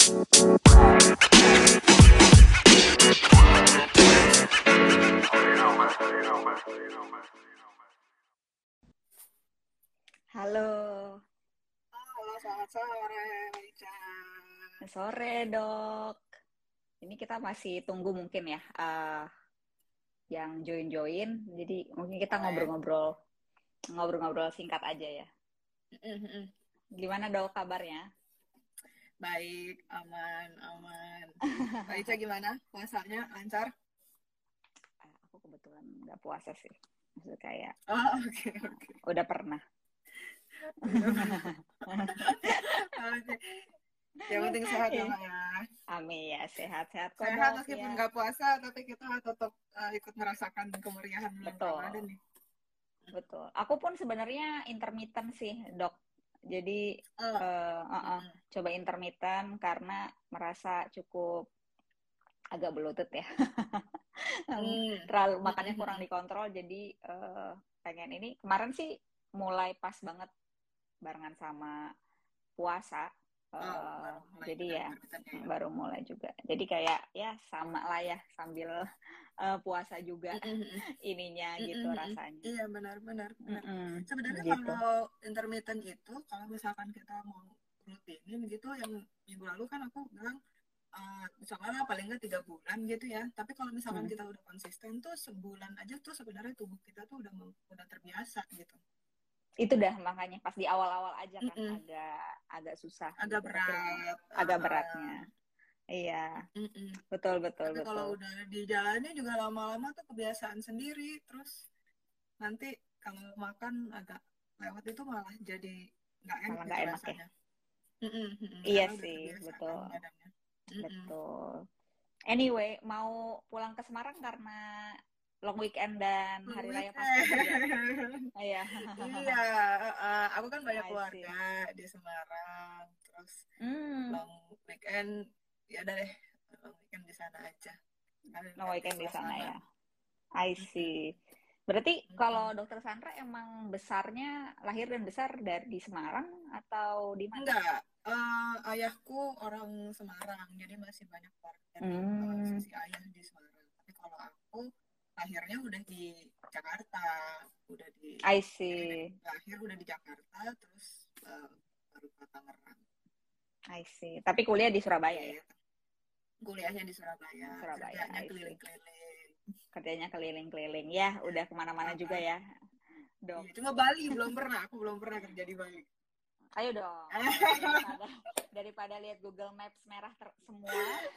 Halo, Halo, selamat sore, Ica. sore dok. Ini kita masih tunggu mungkin ya yang join-join. Jadi mungkin kita Boleh. ngobrol-ngobrol singkat aja ya. Gimana dok kabarnya? Baik, aman, aman. Mbak Ica gimana? Puasanya lancar? Aku kebetulan nggak puasa sih. Maksudnya kayak Oh, oke, oke. udah pernah. Oke. Yang penting sehat ya, Mbak ya. Amin ya, sehat-sehat kok Sehat dok meskipun ya. nggak puasa, tapi kita tetap ikut merasakan kemeriahan bulan Betul, Ramadan nih. betul. Aku pun sebenarnya intermittent sih dok. Jadi Oh, coba intermittent karena merasa cukup agak bloated ya. Terlalu makannya kurang dikontrol, jadi pengen ini. Kemarin sih mulai pas banget barengan sama puasa, baru mulai jadi dengan ya intermittennya ya. baru mulai juga. Jadi kayak ya sama lah ya sambil puasa juga ininya gitu rasanya. Iya, benar. Sebenarnya Gitu. kalau intermittent itu, kalau misalkan kita mau rutinin gitu, yang minggu lalu kan aku bilang misalnya paling nggak 3 bulan gitu ya. Tapi kalau misalkan Mm. kita udah konsisten tuh sebulan aja tuh sebenarnya tubuh kita tuh udah terbiasa gitu. Itu dah makanya pas di awal-awal aja kan Mm-mm. agak susah Agak gitu, tapi berat. agak beratnya. Iya, Mm-mm. betul. Tapi kalau udah dijalani juga lama-lama tuh kebiasaan sendiri. Terus nanti kalau makan agak lewat itu malah jadi nggak enak Malah gitu nggak enak ya. rasanya. Iya Karena udah sih, terbiasa kan betul. badannya. Betul. Anyway, mau pulang ke Semarang karena long weekend dan Long hari raya Pasca juga. weekend. Iya. Iya, aku kan banyak I keluarga see. di Semarang. Terus Hmm, long weekend, ya udah deh, long weekend di sana aja. Kalian long ganti weekend di sana suasana. ya. I Mm-mm. see. Berarti Mm-mm. kalau Dokter Sandra emang besarnya lahir dan besar dari di Semarang atau di mana? Enggak, ayahku orang Semarang, jadi masih banyak keluarga dari Hmm, sisi ayah di Semarang. Tapi kalau aku lahirnya udah di Jakarta, udah di, I jadi see. lahir udah di Jakarta, terus baru ke Tangerang. I see. Tapi kuliah di Surabaya ya? Gitu. Kuliahnya di Surabaya, Surabaya, kerjanya I see. keliling-keliling. Kerjanya keliling-keliling. Ya, udah kemana-mana juga ya, Dok. Iya, cuma Bali belum pernah, aku belum pernah kerja di Bali. Ayo dong, daripada lihat Google Maps merah semua.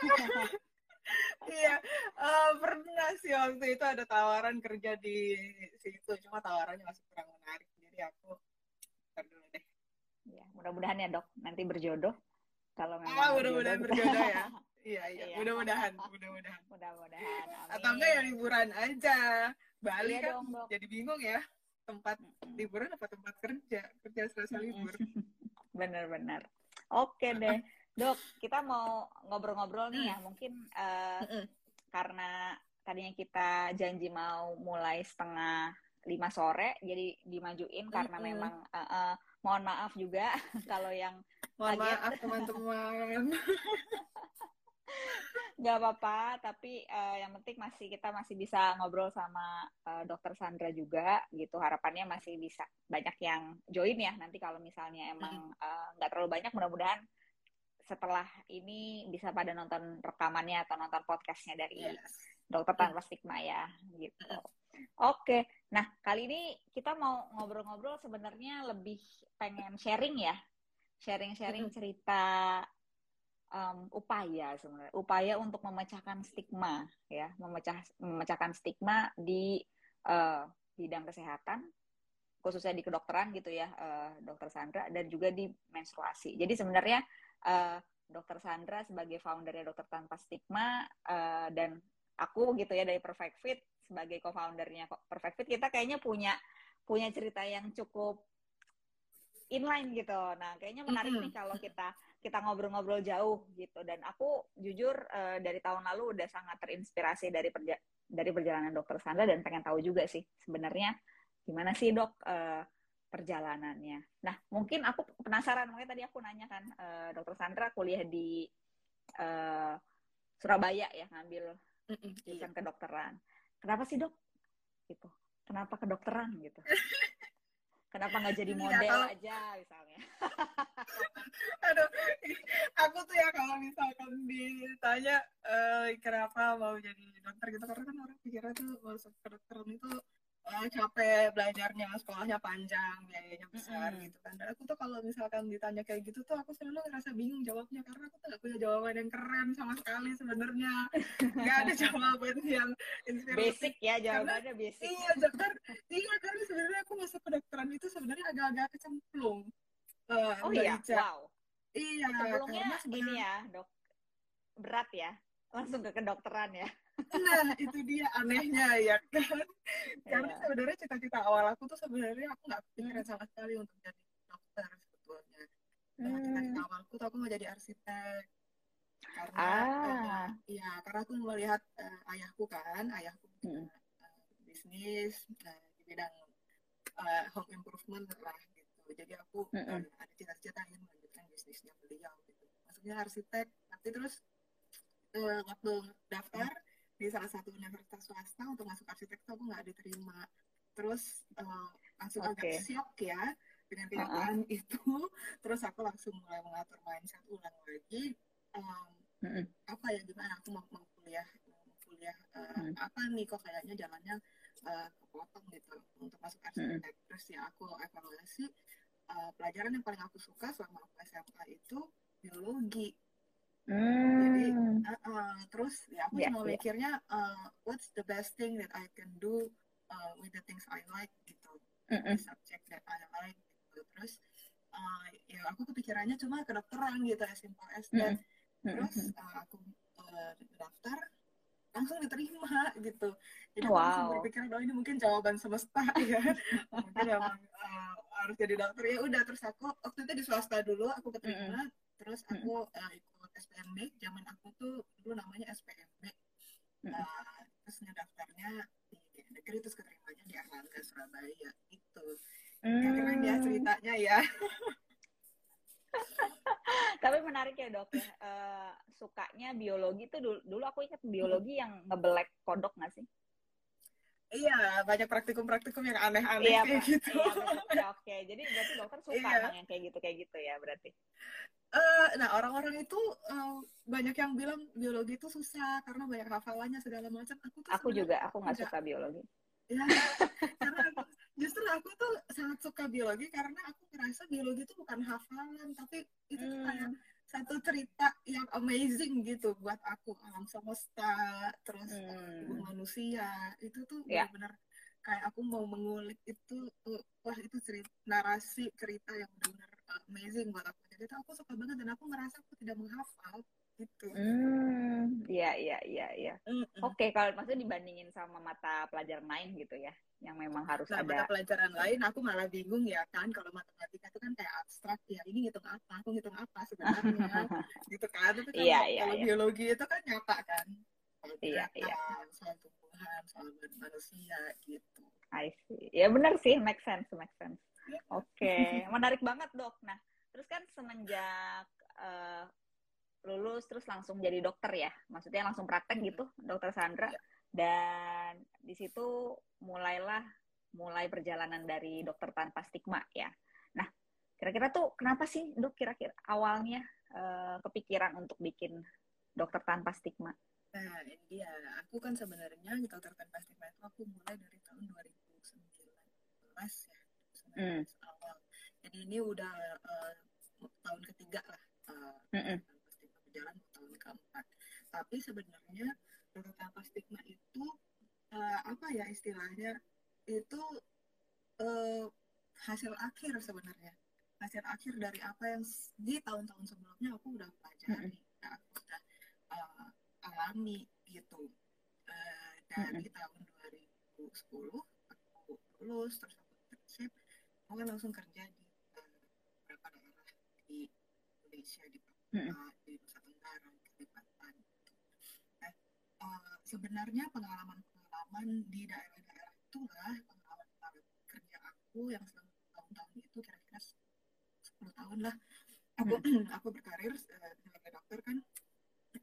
Iya, pernah sih waktu itu ada tawaran kerja di situ, cuma tawarannya masih kurang menarik, jadi aku ntar dulu deh. Ya, mudah-mudahan ya dok, nanti berjodoh. Kalau memang berjodoh Mudah-mudahan kita. berjodoh ya. Iya, Iya, mudah-mudahan. mudah-mudahan, Atau enggak ya amin. liburan aja. Bali Iya kan dong dok. jadi bingung ya, tempat Mm-mm. liburan apa tempat kerja, kerja serasa Mm-mm. libur. Bener-bener. Oke deh, dok. Kita mau ngobrol-ngobrol nih Hmm, ya. Mungkin mm-mm, karena tadinya kita janji mau mulai 4:30 sore, jadi dimajuin karena mm-mm. memang mohon maaf juga kalau yang Mohon kaget. maaf teman-teman. Nggak apa-apa, tapi yang penting kita masih bisa ngobrol sama Dokter Sandra juga gitu. Harapannya masih bisa banyak yang join ya. Nanti kalau misalnya Mm-mm. emang nggak terlalu banyak, mudah-mudahan setelah ini bisa pada nonton rekamannya atau nonton podcastnya dari Yes. Dokter Mm-mm, Tanpa Stigma ya gitu. mm-mm, Oke, nah kali ini kita mau ngobrol-ngobrol sebenarnya lebih pengen sharing ya, sharing-sharing mm-mm. cerita upaya sebenarnya, upaya untuk memecahkan stigma ya, memecahkan stigma di bidang kesehatan, khususnya di kedokteran gitu ya, Dokter Sandra, dan juga di menstruasi. Jadi sebenarnya Dokter Sandra sebagai foundernya Dokter Tanpa Stigma dan aku gitu ya dari Perfect Fit sebagai co-foundernya Perfect Fit, kita kayaknya punya cerita yang cukup inline gitu. Nah, kayaknya menarik nih Mm-mm. kalau kita ngobrol-ngobrol jauh gitu. Dan aku jujur dari tahun lalu udah sangat terinspirasi dari perjalanan Dokter Sandra dan pengen tahu juga sih sebenarnya gimana sih dok perjalanannya. Nah, mungkin aku penasaran, makanya tadi aku nanya kan, Dokter Sandra kuliah di uh, Surabaya ya ngambil Iya. jurusan kedokteran. Kenapa sih dok? Gitu. Kenapa kedokteran gitu? Kenapa nggak jadi Iya, model kalau aja misalnya? aduh, aku tuh ya kalau misalkan ditanya kenapa mau jadi dokter gitu, karena kan orang pikirnya tuh masuk kedokteran itu capek belajarnya, sekolahnya panjang, biayanya besar Mm-mm. gitu kan. Dan aku tuh kalau misalkan ditanya kayak gitu tuh aku selalu ngerasa bingung jawabnya, karena aku tuh gak punya jawaban yang keren sama sekali sebenarnya. Gak ada jawaban yang inspiratif. Basic ya Karena jawabannya basic. iya, dokter, iya karena sebenarnya aku masuk kedokteran itu sebenarnya agak-agak kecemplung, Oh Mbak iya, Ica. wow. Iya, Kecemplungnya karena ini sebenarnya, ya dok, berat ya. Langsung ke kedokteran ya. nah itu dia anehnya ya kan. Karena Iya. sebenarnya cita-cita awal aku tuh sebenarnya aku nggak Mm. kepikiran sama sekali untuk jadi dokter sebetulnya. Cita-cita Hmm. awalku tuh aku mau jadi arsitek. Karena, Ah. ya karena aku melihat ayahku kan, ayahku punya Mm. bisnis di bidang home improvement lah gitu. Jadi aku Mm-mm. ada cita-cita ingin melanjutkan bisnisnya beliau gitu. Maksudnya arsitek, tapi terus waktu daftar di salah satu universitas swasta untuk masuk arsitek tuh aku nggak diterima. Terus langsung agak Oke. shock ya dengan Uh-uh. kenyataan itu. Terus aku langsung mulai mengatur mindset ulang lagi. Um, Mm-mm. apa ya, gimana aku mau kuliah, Mm. apa nih kok kayaknya jalannya kepotong gitu untuk masuk Mm-mm. arsitek. Terus ya aku evaluasi pelajaran yang paling aku suka selama aku SMA itu biologi. Jadi Hmm. terus ya aku Ya, cuma ya. mikirnya what's the best thing that I can do with the things I like gitu, in the Mm-mm. subject that I like gitu. Terus ya aku kepikirannya cuma kedokteran gitu, as simple as that. Mm-mm. Terus Mm-mm. aku daftar langsung diterima gitu. Jadi aku langsung Wow. berpikir, oh ini mungkin jawaban semesta ya, mungkin emang harus jadi dokter. Ya udah, terus aku waktu itu di swasta dulu aku Mm-mm. keterima. Terus Mm-mm. aku ikut SPMB, zaman aku tuh dulu namanya SPMB. Mm-mm. Terus ngedaftarnya di negeri, terus keterimanya di Erlangga Surabaya gitu. Gak keren ya Hmm. ceritanya ya. Tapi menarik ya dok ya. Sukanya biologi tuh dulu aku ingat biologi yang ngebelek kodok nggak sih? Iya, banyak praktikum-praktikum yang aneh-aneh Iya kayak pak, gitu. iya betul. Ya, oke, jadi berarti dokter suka Iya. emang yang kayak gitu ya berarti. Nah, orang-orang itu uh, banyak yang bilang biologi itu susah karena banyak hafalannya segala macam. Aku tuh Aku sebenarnya juga, aku nggak enggak. suka biologi. Ya, karena justru aku tuh sangat suka biologi karena aku merasa biologi itu bukan hafalan, tapi itu tuh kayak Hmm. satu cerita yang amazing gitu buat aku. Alam semesta, terus tubuh Hmm. manusia, itu tuh Ya. benar-benar kayak aku mau mengulik itu. Wah, itu cerita, narasi cerita yang benar-benar amazing buat aku. Jadi itu aku suka banget dan aku merasa aku tidak menghafal gitu. Hmm. Iya, iya, iya, iya. Mm-mm. Oke, kalau maksudnya dibandingin sama mata pelajaran lain gitu ya, yang memang harus Nah, ada. mata pelajaran lain aku malah bingung ya kan, kalau matematika itu kan kayak abstrak ya, ini ngitung apa, aku ngitung apa sebenarnya, gitu kan. Tapi Iya, kalau iya, kalau iya. biologi itu kan nyata kan, soal Iya, iya. gerakan, soal tumbuhan, soal manusia gitu. I see. Ya benar sih, make sense, make sense. Ya. Oke, menarik banget dok. Nah, terus kan semenjak eh, lulus terus langsung jadi dokter ya, maksudnya langsung praktek gitu, dokter Sandra. Ya. Dan di situ mulai perjalanan dari dokter tanpa stigma ya. Nah, kira-kira tuh kenapa sih dok kira-kira awalnya kepikiran untuk bikin dokter tanpa stigma? Nah, ini dia. Aku kan sebenarnya di dokter tanpa stigma itu aku mulai dari tahun 2019 ya, Hmm. 2019 awal. Jadi ini udah tahun ketiga lah, Mm-mm. dokter tanpa stigma berjalan tahun keempat. Tapi sebenarnya dokter tanpa stigma itu apa ya istilahnya, itu eh, hasil akhir sebenarnya, hasil akhir dari apa yang di tahun-tahun sebelumnya aku udah Mm-mm. pelajari, aku udah uh, alami gitu. Mm-mm. Dari tahun 2010 aku lulus, terus aku internship, aku kan langsung kerja di beberapa daerah di Indonesia, di Mm-mm. Papua, di Nusa Tenggara, di Kalimantan. Nah, sebenarnya pengalaman-pengalaman di daerah-daerah itulah pengalaman kerja aku yang selama tahun-tahun itu, kira-kira 10 tahun lah aku Mm-mm. aku berkarir sebagai dokter kan.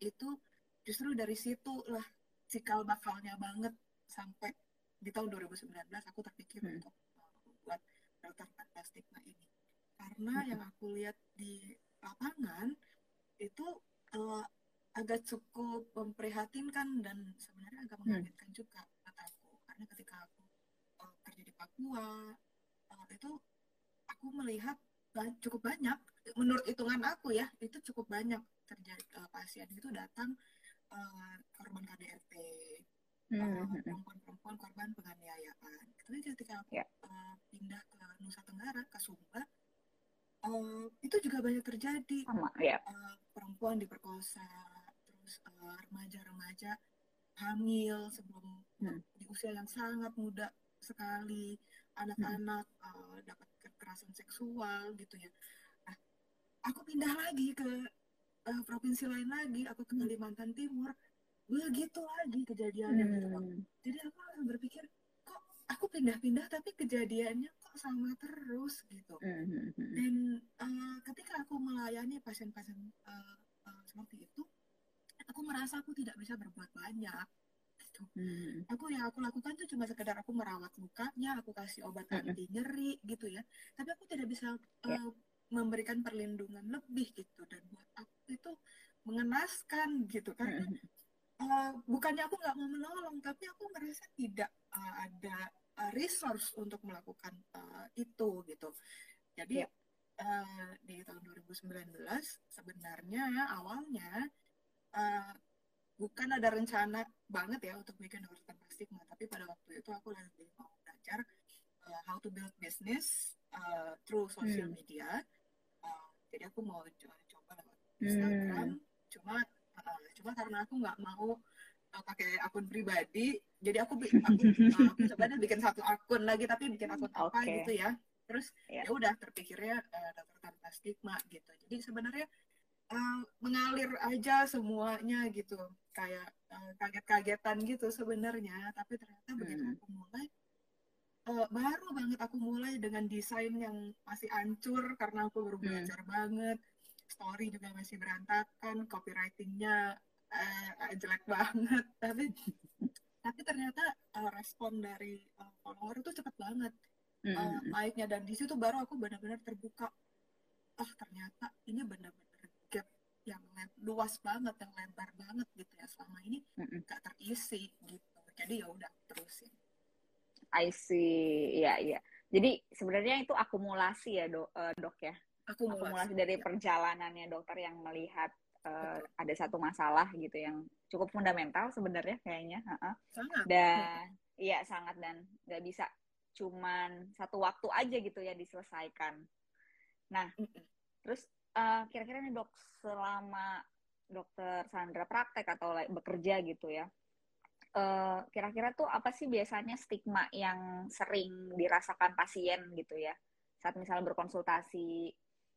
itu justru dari situ lah cikal bakalnya banget sampai di tahun 2019 aku terpikir untuk membuat daftar tanpa stigma ini. Karena yang aku lihat di lapangan itu uh, agak cukup memprihatinkan dan sebenarnya agak mengagetkan juga buat aku. Karena ketika aku kerja di Papua, itu aku melihat cukup banyak, menurut hitungan aku ya, itu cukup banyak terjadi pasien itu datang korban KDRT, perempuan-perempuan korban penganiayaan. Tapi ketika aku pindah ke Nusa Tenggara, ke Sumba, itu juga banyak terjadi. Sama, ya. Perempuan diperkosa, terus remaja-remaja hamil sebelum di usia yang sangat muda sekali, anak-anak dapat kekerasan seksual gitu ya. Nah, aku pindah lagi ke provinsi lain lagi, aku ke Kalimantan Timur, begitu lagi kejadiannya gitu loh. Jadi aku langsung berpikir, kok aku pindah-pindah tapi kejadiannya kok sama terus gitu. Dan ketika aku melayani pasien-pasien seperti itu, aku merasa aku tidak bisa berbuat banyak. Gitu. Aku yang aku lakukan tuh cuma sekedar aku merawat lukanya, aku kasih obat anti nyeri gitu ya. Tapi aku tidak bisa memberikan perlindungan lebih gitu. Dan buat aku itu mengenaskan gitu karena bukannya aku nggak mau menolong, tapi aku merasa tidak ada resource untuk melakukan itu gitu. Jadi di tahun 2019 sebenarnya awalnya bukan ada rencana banget ya untuk bikin dokter tanpa stigma, tapi pada waktu itu aku lagi mau belajar how to build business through social media. Jadi aku mau coba lewat Instagram, cuma karena aku nggak mau pakai akun pribadi, jadi aku coba deh bikin satu akun lagi, tapi bikin akun apa gitu ya. Terus ya udah terpikirnya dokter tanpa stigma gitu. Jadi sebenarnya mengalir aja semuanya gitu, kayak kaget-kagetan gitu sebenarnya. Tapi ternyata begitu aku mulai, baru banget aku mulai dengan desain yang masih hancur karena aku baru belajar banget. Story juga masih berantakan, copywritingnya jelek banget. Tapi ternyata respon dari follower itu cepat banget naiknya, dan di situ baru aku benar-benar terbuka. Oh ternyata ini benar-benar gap yang luas banget, yang lebar banget gitu ya, selama ini gak terisi gitu. Jadi ya udah terusin. I see, iya iya. Jadi sebenarnya itu akumulasi ya dok ya. Akumulasi dari perjalanannya dokter yang melihat ada satu masalah gitu yang cukup fundamental sebenarnya kayaknya. Sangat. Dan iya sangat, dan nggak bisa cuman satu waktu aja gitu ya diselesaikan. Nah, terus kira-kira nih dok, selama dokter Sandra praktek atau bekerja gitu ya, kira-kira tuh apa sih biasanya stigma yang sering dirasakan pasien gitu ya saat misalnya berkonsultasi,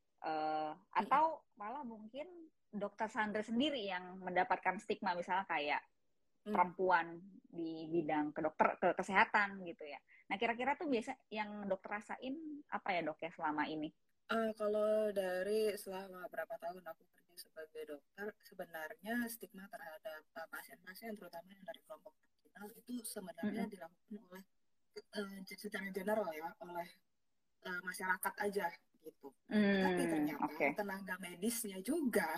atau malah mungkin dokter Sandra sendiri yang mendapatkan stigma, misalnya kayak perempuan di bidang kesehatan gitu ya. Nah kira-kira tuh biasa yang dokter rasain apa ya dok ya selama ini? Kalau dari selama berapa tahun aku kerja sebagai dokter, sebenarnya stigma terhadap pasien-pasien, terutama yang dari kelompok marginal, itu sebenarnya dilakukan oleh secara general ya, oleh masyarakat aja gitu. Tapi ternyata tenaga medisnya juga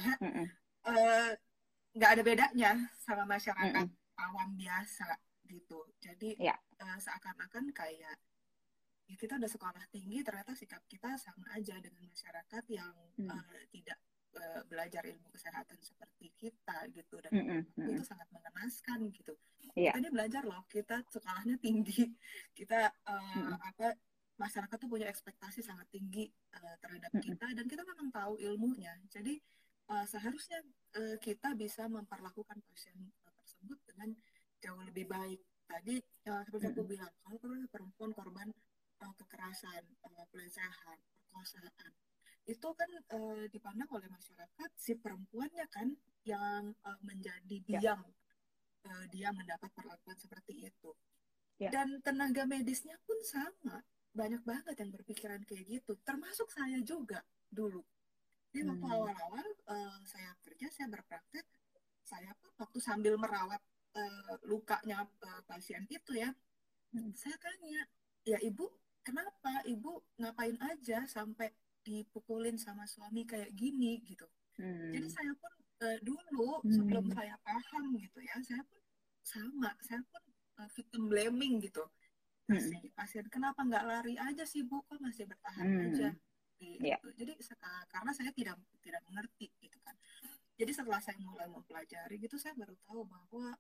nggak ada bedanya sama masyarakat awam biasa gitu. Jadi seakan-akan kayak ya kita udah sekolah tinggi, ternyata sikap kita sama aja dengan masyarakat yang tidak belajar ilmu kesehatan seperti kita gitu. Dan itu sangat mengenaskan gitu. Kita ini belajar loh, kita sekolahnya tinggi, kita masyarakat tuh punya ekspektasi sangat tinggi terhadap kita, dan kita memang tahu ilmunya. Jadi seharusnya kita bisa memperlakukan pasien tersebut dengan jauh lebih baik. Tadi seperti aku bilang, kalau perempuan korban kekerasan, pelecehan, perkosaan, itu kan dipandang oleh masyarakat si perempuannya kan yang menjadi biang dia mendapat perlakuan seperti itu. Dan tenaga medisnya pun sama, banyak banget yang berpikiran kayak gitu, termasuk saya juga dulu. Jadi waktu awal-awal saya kerja, saya berpraktek, saya pun waktu sambil merawat lukanya pasien itu ya, saya tanya, ya ibu, kenapa ibu ngapain aja sampai dipukulin sama suami kayak gini gitu. Jadi saya pun dulu sebelum saya paham gitu ya, saya pun sama, saya pun victim blaming gitu. Pasien kenapa nggak lari aja sih bu, kok masih bertahan aja gitu. Jadi karena saya tidak mengerti gitu kan. Jadi setelah saya mulai mempelajari gitu, saya baru tahu bahwa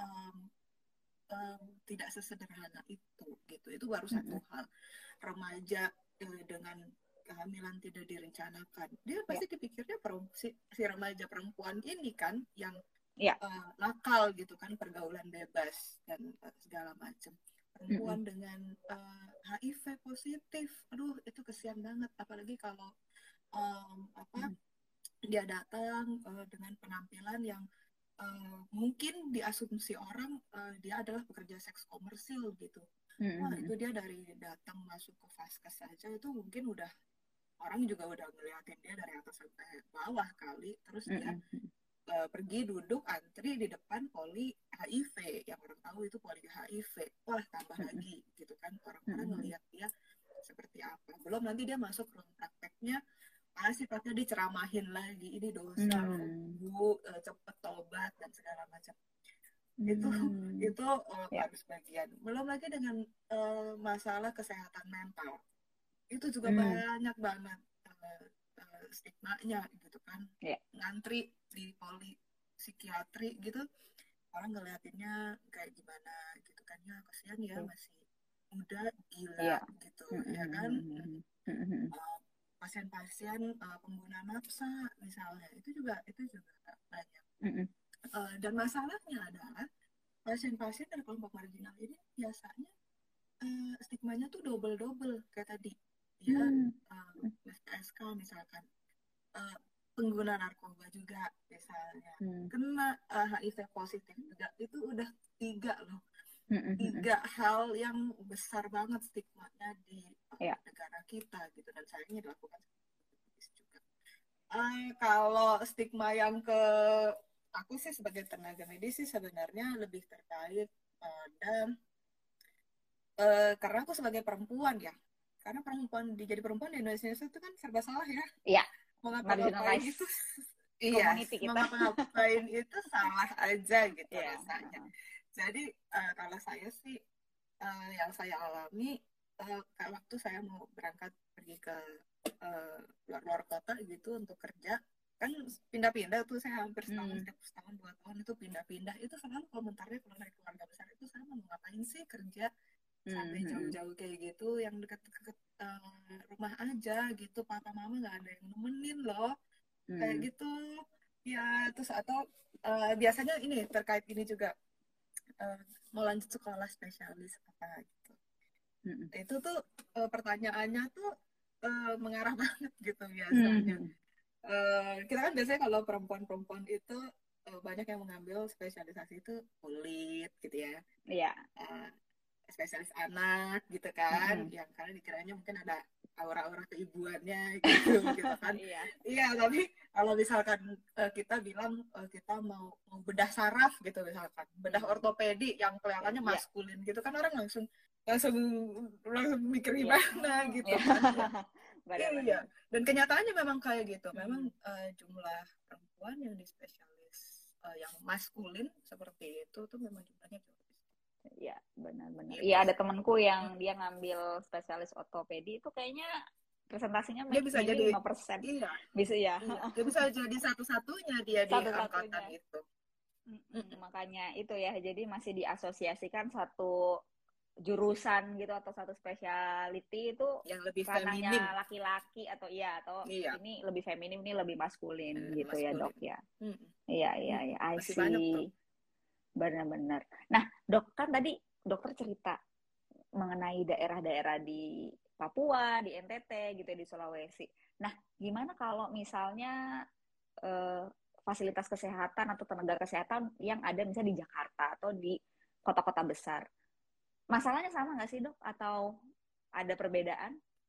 tidak sesederhana itu gitu. Itu baru satu hal. Remaja dengan kehamilan tidak direncanakan, dia pasti dipikirnya si remaja perempuan ini kan yang nakal gitu kan, pergaulan bebas dan segala macam. Perempuan dengan HIV positif, aduh itu kesian banget. Apalagi kalau dia datang dengan penampilan yang mungkin diasumsi orang dia adalah pekerja seks komersil gitu. Wah itu dia dari datang masuk ke vaskes saja itu mungkin udah orang juga udah ngeliatin dia dari atas sampai bawah kali. Terus dia pergi duduk antri di depan poli HIV yang orang tahu itu poli HIV. Wah tambah lagi gitu kan, orang-orang ngeliat dia seperti apa. Belum nanti dia masuk ruang prakteknya, sifatnya diceramahin lagi, ini dosa bu, cepet tobat dan segala macam. Itu baru sebagian. Belum lagi dengan masalah kesehatan mental, itu juga banyak banget stigmanya gitu kan. Ngantri di poli psikiatri gitu, orang ngeliatinnya kayak gimana gitu kan, ya kasihan ya masih muda gila gitu ya kan. Pasien-pasien pengguna nafsa misalnya itu juga banyak. Dan masalahnya adalah pasien-pasien dari kelompok marginal ini biasanya stigmanya tuh double kayak tadi dia SK misalkan, pengguna narkoba juga misalnya, kena HIV positif juga, itu udah 3 loh. 3 hal yang besar banget stigmanya di negara kita gitu, dan sayangnya dilakukan juga. Kalau stigma yang aku sih sebagai tenaga medis sih sebenarnya lebih terkait pada karena aku sebagai perempuan ya, karena jadi perempuan di Indonesia itu kan serba salah ya. Iya. Mengapa-ngapain itu iya, mengapa-ngapain itu salah aja gitu rasanya. Jadi kalau saya sih yang saya alami waktu saya mau berangkat pergi ke luar kota gitu untuk kerja, kan pindah-pindah tuh, saya hampir setiap setahun 2 tahun itu pindah-pindah. Itu selalu komentarnya kalau dari keluarga besar itu, saya mau ngapain sih kerja sampai jauh-jauh kayak gitu, yang deket-deket rumah aja gitu, papa mama nggak ada yang nemenin loh kayak gitu ya. Terus atau biasanya ini terkait ini juga, mau lanjut sekolah spesialis apa gitu. Itu tuh pertanyaannya tuh mengarah banget gitu biasanya. Kita kan biasanya kalau perempuan itu banyak yang mengambil spesialisasi itu kulit gitu ya. Spesialis anak gitu kan, yang karena dikiranya mungkin ada aura-aura keibuannya gitu gitu kan. Iya, tapi kalau misalkan kita bilang kita mau bedah saraf gitu, misalkan bedah ortopedi yang kelihatannya maskulin gitu kan, orang langsung mikir gimana gitu kan. Iya, dan kenyataannya memang kayak gitu. Memang jumlah perempuan yang di spesialis yang maskulin seperti itu tuh memang jumlahnya jauh. Iya, benar-benar. Iya, ada temanku yang dia ngambil spesialis ortopedi itu kayaknya presentasinya dia bisa jadi 5%. Iya. Bisa ya. Iya. Dia bisa jadi satu-satunya dia di angkatan itu. Makanya itu ya, jadi masih diasosiasikan satu jurusan gitu atau satu specialty itu yang lebih ranahnya feminim, laki-laki atau ini lebih feminim, ini lebih maskulin gitu maskulin. Ya dok ya. Iya I masih see. Banyak tuh. Benar-benar. Nah dok, kan tadi dokter cerita mengenai daerah-daerah di Papua, di NTT gitu, di Sulawesi. Nah gimana kalau misalnya fasilitas kesehatan atau tenaga kesehatan yang ada misalnya di Jakarta atau di kota-kota besar? Masalahnya sama nggak sih dok? Atau ada perbedaan?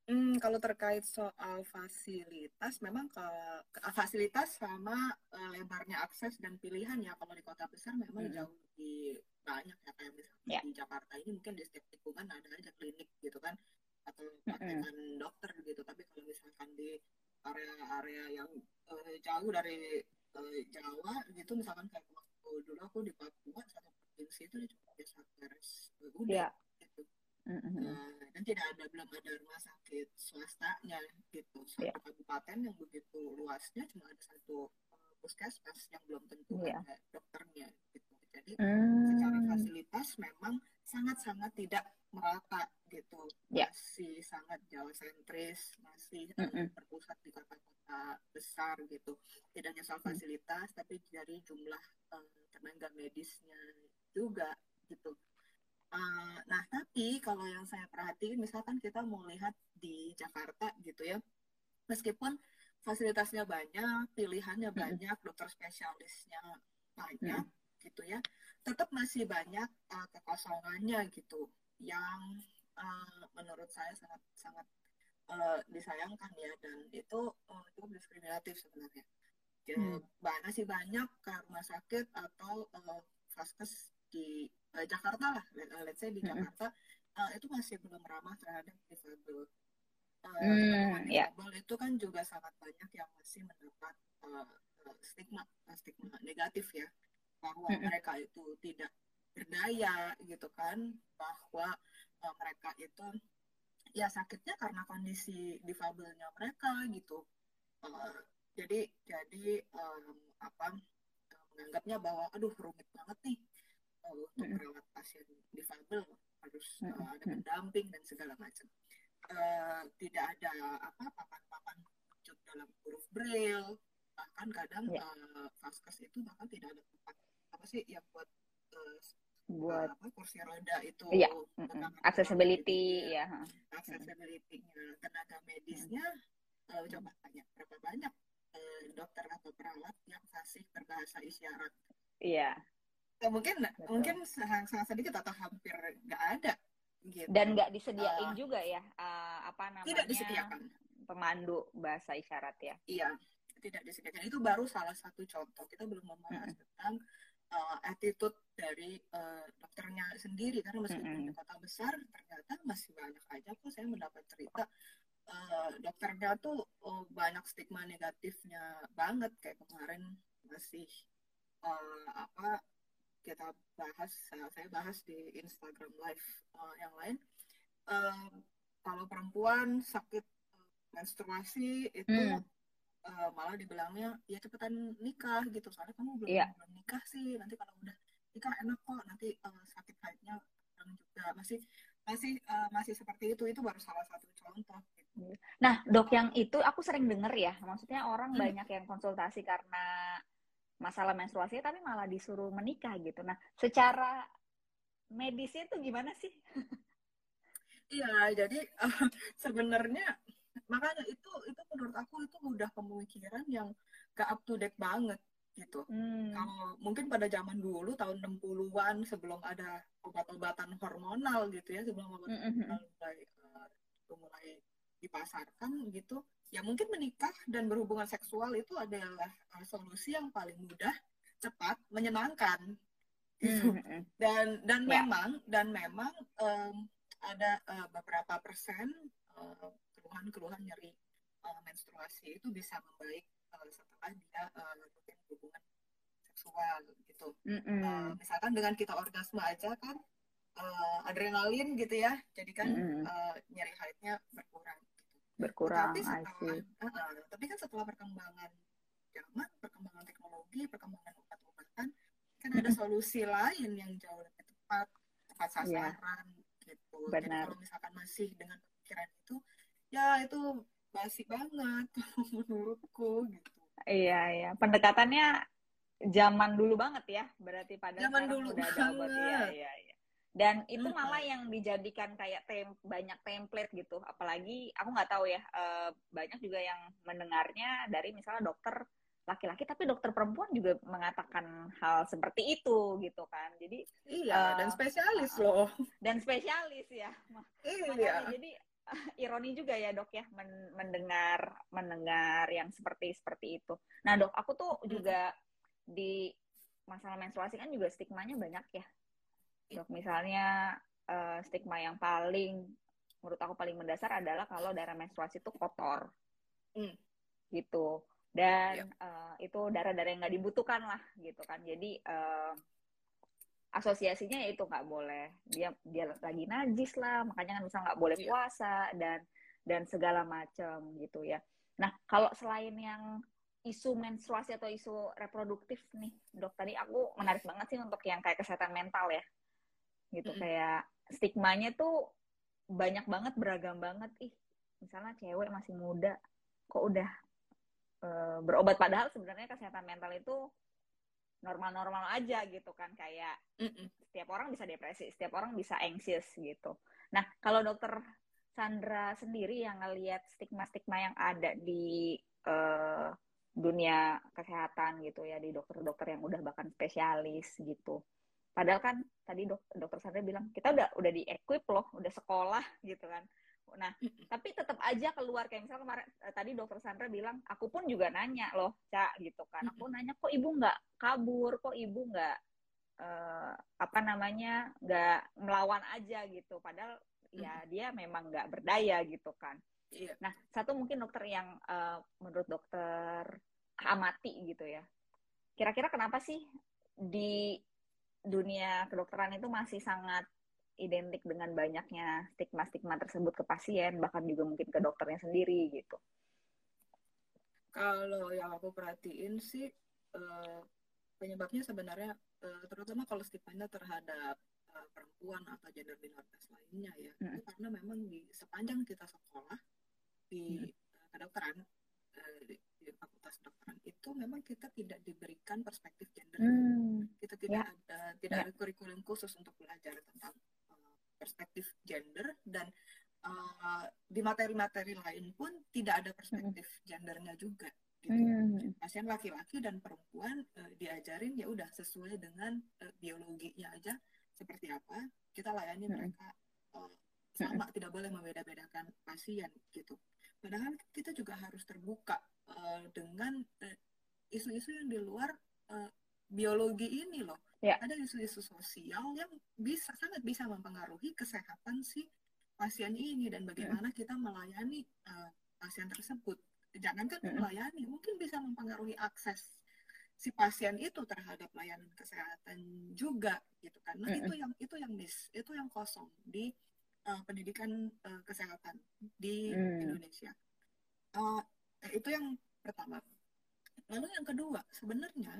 Kalau terkait soal fasilitas, memang fasilitas sama lebarnya akses dan pilihan ya. Kalau di kota besar memang Mm-mm. jauh lebih banyak ya. Kayak misalkan Ya. di Jakarta ini mungkin di setiap lingkungan ada aja klinik gitu kan, atau Mm-mm. praktekan dokter gitu. Tapi kalau misalkan di area-area yang jauh dari Jawa gitu, misalkan kayak waktu dulu aku di Papua, satu provinsi itu dia cuma bisa beres udah Ya. gitu. Mm-mm. Dan tidak ada, belum ada rumah sakit swastanya gitu. Ya. Satu kabupaten yang begitu luasnya cuma ada satu puskesmas yang belum tentu Ya. ada dokternya gitu. Jadi secara Hmm. fasilitas memang sangat-sangat tidak merata gitu. Ya. Masih sangat Jawa sentris, masih Mm-mm. berpusat di kota-kota besar gitu. Tidak hanya soal Mm. fasilitas tapi dari jumlah tenaga medisnya juga gitu. Nah, tapi kalau yang saya perhatiin, misalkan kita mau lihat di Jakarta gitu ya, meskipun fasilitasnya banyak, pilihannya Mm-mm. banyak, dokter spesialisnya banyak Mm-mm. gitu ya, tetap masih banyak kekosongannya gitu, yang menurut saya sangat sangat disayangkan ya, dan itu cukup diskriminatif sebenarnya. Mm. Masih banyak ke rumah sakit atau vaskes di Jakarta lah, let's say di Mm-mm. Jakarta itu masih belum ramah terhadap difabel. Teman-teman Hmm. Ya. difabel itu kan juga sangat banyak yang masih mendapat stigma stigma negatif ya, bahwa Mm-mm. mereka itu tidak berdaya gitu kan, bahwa mereka itu ya sakitnya karena kondisi difabelnya mereka gitu. Uh, jadi apa, menganggapnya bahwa aduh rumit banget nih untuk Mm-mm. merawat pasien difabel, harus ada Mm-mm. pendamping dan segala macam. Tidak ada apa, papan-papan petunjuk dalam huruf braille, bahkan kadang Ya. vaskes itu bahkan tidak ada tempat apa sih yang buat uh, Buat. apa, kursi roda itu, Iya. Mm-mm. genangan-genangan Accessibility. itunya, Ya. Mm-mm. accessibility-nya, tenaga Mm-mm. medisnya. Coba tanya berapa banyak dokter atau perawat yang fasih berbahasa isyarat. Iya. Mungkin Betul. mungkin sangat sedikit atau hampir nggak ada gitu. Dan nggak disediain Uh, juga ya, apa Tidak namanya, disediakan. pemandu bahasa isyarat ya. Iya, tidak disediakan. Itu baru salah satu contoh. Kita belum membahas Mm-mm. tentang attitude dari dokternya sendiri, karena meskipun di Mm-mm. kota besar ternyata masih banyak aja kok saya mendapat cerita dokternya tuh banyak stigma negatifnya banget. Kayak kemarin masih apa, kita bahas, saya bahas di Instagram Live yang lain, uh, kalau perempuan sakit menstruasi itu Hmm. malah dibilangnya ya cepetan nikah gitu, soalnya kamu belum Iya. belum nikah sih, nanti kalau udah nikah enak kok, nanti sakit haidnya kurang juga, masih seperti itu baru salah satu contoh gitu. Nah, dok, Uh, yang itu aku sering denger ya, maksudnya orang banyak yang konsultasi karena masalah menstruasi, tapi malah disuruh menikah gitu. Nah, secara medisnya itu gimana sih? Iya, jadi sebenarnya makanya itu menurut aku itu udah pemikiran yang gak up to date banget gitu. Hmm. Kalau mungkin pada zaman dulu tahun 60-an, sebelum ada obat-obatan hormonal gitu ya, sebelum obat hormonal Mm-mm. mulai dipasarkan gitu, ya mungkin menikah dan berhubungan seksual itu adalah solusi yang paling mudah, cepat, menyenangkan gitu. Mm-mm. Ya. Dan memang ada beberapa persen keluhan-keluhan nyeri menstruasi itu bisa membaik setelah dia rutin hubungan seksual gitu. Mm-mm. Misalkan dengan kita orgasme aja kan adrenalin gitu ya, jadi kan Mm-mm. nyeri haidnya berkurang gitu. Berkurang, Tetapi setelah asik. tapi kan setelah perkembangan zaman, perkembangan teknologi, perkembangan obat-obatan, kan ada Mm-mm. solusi lain yang jauh lebih tepat, tepat Ya, sasaran gitu. Jadi benar. kalau misalkan masih dengan pemikiran itu, ya itu basi banget menurutku gitu. Iya, iya. Pendekatannya zaman dulu banget ya, berarti padahal Zaman sekarang dulu udah ada obat. Iya, banget. iya, iya. Dan itu malah Mm-mm. yang dijadikan kayak banyak template gitu. Apalagi aku nggak tahu ya, banyak juga yang mendengarnya dari misalnya dokter laki-laki, tapi dokter perempuan juga mengatakan hal seperti itu gitu kan. Jadi Iya, dan uh, spesialis uh, loh. dan spesialis ya. Makanya Iya. jadi ironi juga ya dok ya mendengar yang seperti itu. Nah dok, aku tuh juga di masalah menstruasi kan juga stigmanya banyak ya dok. Misalnya stigma yang menurut aku paling mendasar adalah kalau darah menstruasi itu kotor gitu. Dan itu darah-darah yang nggak dibutuhkan lah gitu kan. Jadi asosiasinya itu nggak boleh, dia lagi najis lah, makanya kan bisa nggak boleh puasa dan segala macam gitu ya. Nah kalau selain yang isu menstruasi atau isu reproduktif nih dok, tadi aku menarik banget sih untuk yang kayak kesehatan mental ya gitu. Kayak stigmanya tuh banyak banget, beragam banget. Misalnya cewek masih muda kok udah berobat, padahal sebenarnya kesehatan mental itu normal-normal aja gitu kan. Kayak setiap orang bisa depresi, setiap orang bisa anxious gitu. Nah, kalau dokter Sandra sendiri yang ngelihat stigma-stigma yang ada di dunia kesehatan gitu ya, di dokter-dokter yang udah bahkan spesialis gitu. Padahal kan tadi dokter Sandra bilang kita udah di-equip loh, udah sekolah gitu kan. Nah, tapi tetap aja keluar kayak misalnya kemarin tadi dokter Sandra bilang, aku pun juga nanya loh, Cak gitu kan. Aku nanya kok ibu nggak kabur, kok ibu nggak nggak melawan aja gitu. Padahal ya dia memang nggak berdaya gitu kan. Nah, satu mungkin dokter yang menurut dokter amati gitu ya. Kira-kira kenapa sih di dunia kedokteran itu masih sangat identik dengan banyaknya stigma-stigma tersebut ke pasien, bahkan juga mungkin ke dokternya sendiri gitu? Kalau yang aku perhatiin sih penyebabnya sebenarnya terutama kalau stigmanya terhadap perempuan atau gender minoritas lainnya ya, itu karena memang di sepanjang kita sekolah di kedokteran di fakultas kedokteran itu memang kita tidak diberikan perspektif gender. Kita tidak ada kurikulum khusus untuk belajar tentang perspektif gender, dan di materi-materi lain pun tidak ada perspektif gendernya juga gitu. Pasien laki-laki dan perempuan diajarin ya udah sesuai dengan biologinya aja seperti apa, kita layani mereka sama, tidak boleh membeda-bedakan pasien gitu. Padahal kita juga harus terbuka dengan isu-isu yang di luar biologi ini loh. Ada isu-isu sosial yang sangat bisa mempengaruhi kesehatan si pasien ini dan bagaimana kita melayani pasien tersebut. Jangankan melayani, mungkin bisa mempengaruhi akses si pasien itu terhadap layanan kesehatan juga gitu kan. Nah, itu yang miss, itu yang kosong di pendidikan kesehatan di Indonesia. Itu yang pertama. Lalu yang kedua, sebenarnya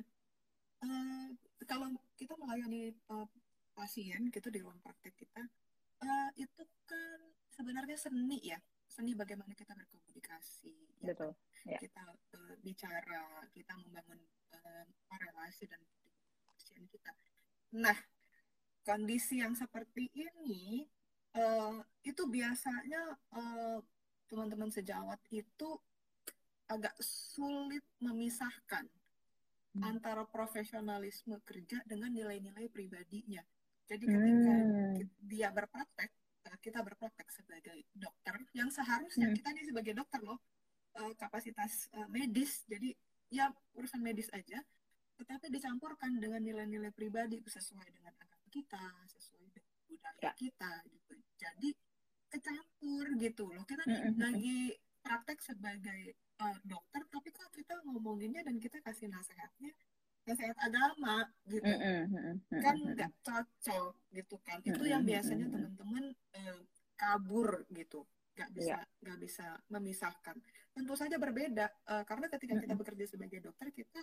kalau kita melayani pasien gitu di ruang praktek kita, itu kan sebenarnya seni ya, seni bagaimana kita berkomunikasi, ya kan? Kita bicara, kita membangun relasi dan pasien kita. Nah, kondisi yang seperti ini itu biasanya teman-teman sejawat itu agak sulit memisahkan antara profesionalisme kerja dengan nilai-nilai pribadinya. Jadi ketika dia berpraktek, kita berpraktek sebagai dokter, yang seharusnya kita ini sebagai dokter loh, kapasitas medis, jadi ya urusan medis aja, tetapi dicampurkan dengan nilai-nilai pribadi sesuai dengan agama kita, sesuai dengan budaya kita gitu. Jadi kecampur gitu loh. Kita lagi praktek sebagai dokter, tapi kok kita ngomonginnya dan kita kasih nasihatnya nasihat agama gitu, kan nggak cocok gitu kan. Itu yang biasanya teman-teman kabur gitu, nggak bisa memisahkan. Tentu saja berbeda karena ketika kita bekerja sebagai dokter, kita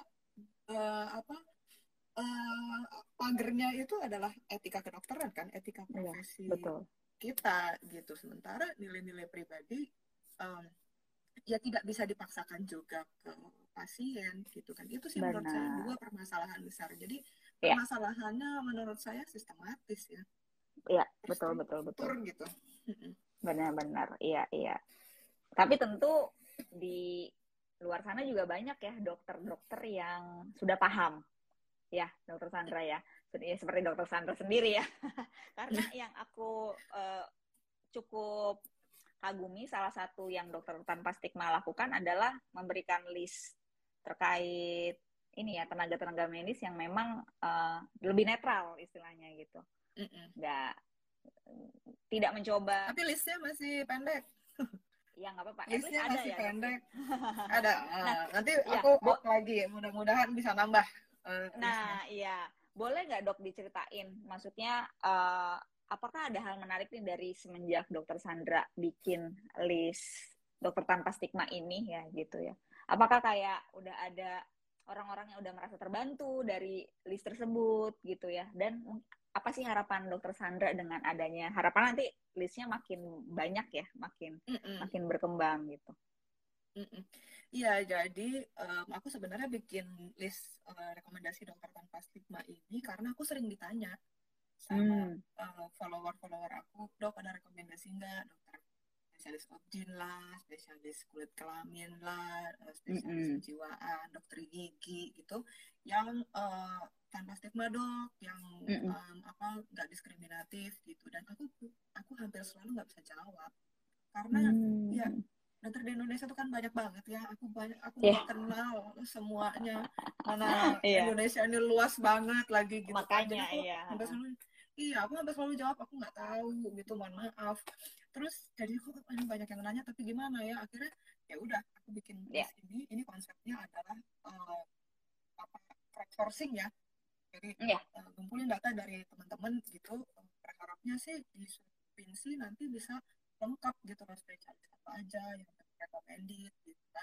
pagernya itu adalah etika kedokteran kan, etika profesi kita gitu. Sementara nilai-nilai pribadi ya tidak bisa dipaksakan juga ke pasien gitu kan. Itu sih menurut saya dua permasalahan besar. Jadi permasalahannya menurut saya sistematis ya. Iya, betul gitu. Benar-benar, iya. Tapi tentu di luar sana juga banyak ya dokter-dokter yang sudah paham ya, dokter Sandra ya. Seperti dokter Sandra sendiri ya. Karena yang aku cukup kagumi, salah satu yang dokter tanpa stigma lakukan adalah memberikan list terkait ini ya, tenaga-tenaga medis yang memang lebih netral istilahnya gitu. Nggak, tidak mencoba. Tapi listnya masih pendek. Ya nggak apa-apa. At least Listnya ada masih ya dok. pendek. Ada. Nah, Nanti ya, aku up lagi. Mudah-mudahan bisa nambah listnya. nah iya. Boleh nggak dok diceritain? Maksudnya apakah ada hal menarik nih dari semenjak dokter Sandra bikin list dokter tanpa stigma ini ya gitu ya? Apakah kayak udah ada orang-orang yang udah merasa terbantu dari list tersebut gitu ya? Dan apa sih harapan dokter Sandra dengan adanya, harapan nanti listnya makin banyak ya, makin berkembang gitu? Iya, jadi aku sebenarnya bikin list rekomendasi dokter tanpa stigma ini karena aku sering ditanya sama follower-follower aku, dok ada rekomendasi nggak dokter spesialis obgyn lah, spesialis kulit kelamin lah, spesialis kejiwaan, dokter gigi gitu, yang tanpa stigma dok, yang apa nggak diskriminatif gitu. Dan aku hampir selalu nggak bisa jawab karena ya dokter di Indonesia tuh kan banyak banget ya. Aku nggak kenal semuanya. Mana Indonesia ini luas banget lagi gitu kan. Jadi Makanya aku hampir selalu jawab aku nggak tahu gitu. Mohon maaf. Terus jadi aku banyak yang nanya tapi gimana ya? Akhirnya ya udah aku bikin list ini. Ini konsepnya adalah crowdsourcing ya. Jadi kumpulin data dari teman-teman gitu. Berharapnya sih di provinsi nanti bisa lengkap gitu loh, spesialis apa aja yang recommended gitu kan.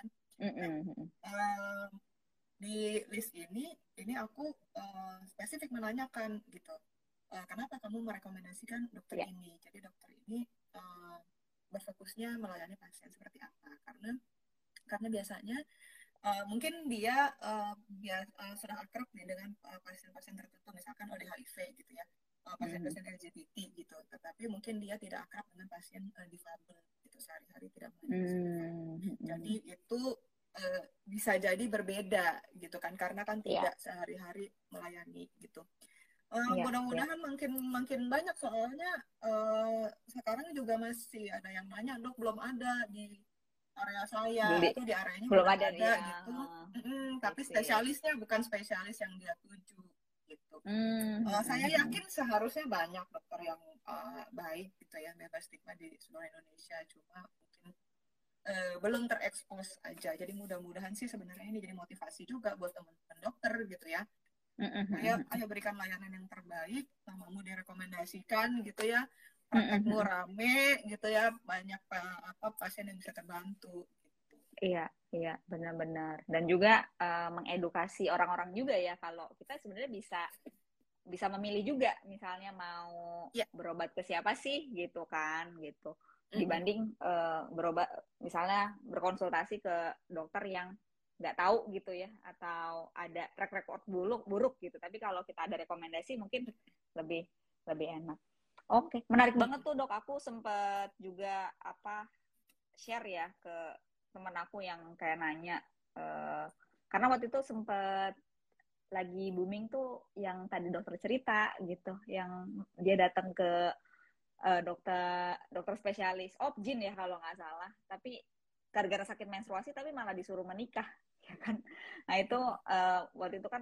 Di list ini aku spesifik menanyakan gitu, kenapa kamu merekomendasikan dokter ini. Jadi dokter ini berfokusnya melayani pasien seperti apa, karena biasanya mungkin dia sudah akrab nih dengan pasien-pasien tertentu, misalkan oleh HIV gitu ya, pasien-pasien LGBT gitu, tetapi mungkin dia tidak akrab dengan pasien difabel gitu, sehari-hari tidak melayani. Jadi itu bisa jadi berbeda gitu kan, karena kan tidak sehari-hari melayani gitu. Mudah-mudahan makin banyak, soalnya sekarang juga masih ada yang nanya, dok belum ada di area saya atau di areanya belum udah ada gitu, tapi spesialisnya bukan spesialis yang dia tuju gitu. Saya yakin seharusnya banyak dokter yang baik gitu ya, bebas stigma di seluruh Indonesia, cuma mungkin belum terekspos aja. Jadi mudah-mudahan sih sebenarnya ini jadi motivasi juga buat teman-teman dokter gitu ya. Ayo berikan layanan yang terbaik, namamu direkomendasikan gitu ya, praktekmu rame gitu ya, banyak pasien yang bisa terbantu. Iya, benar-benar. Dan juga mengedukasi orang-orang juga ya, kalau kita sebenarnya bisa memilih juga, misalnya mau berobat ke siapa sih gitu kan, gitu. Dibanding berobat, misalnya berkonsultasi ke dokter yang nggak tahu gitu ya, atau ada track record buruk gitu. Tapi kalau kita ada rekomendasi mungkin lebih enak. Oke, menarik banget tuh dok. Aku sempet juga share ya ke temen aku yang kayak nanya, karena waktu itu sempet lagi booming tuh yang tadi dokter cerita gitu, yang dia datang ke dokter spesialis obgyn ya kalau nggak salah, tapi gara-gara sakit menstruasi tapi malah disuruh menikah ya kan. Nah itu waktu itu kan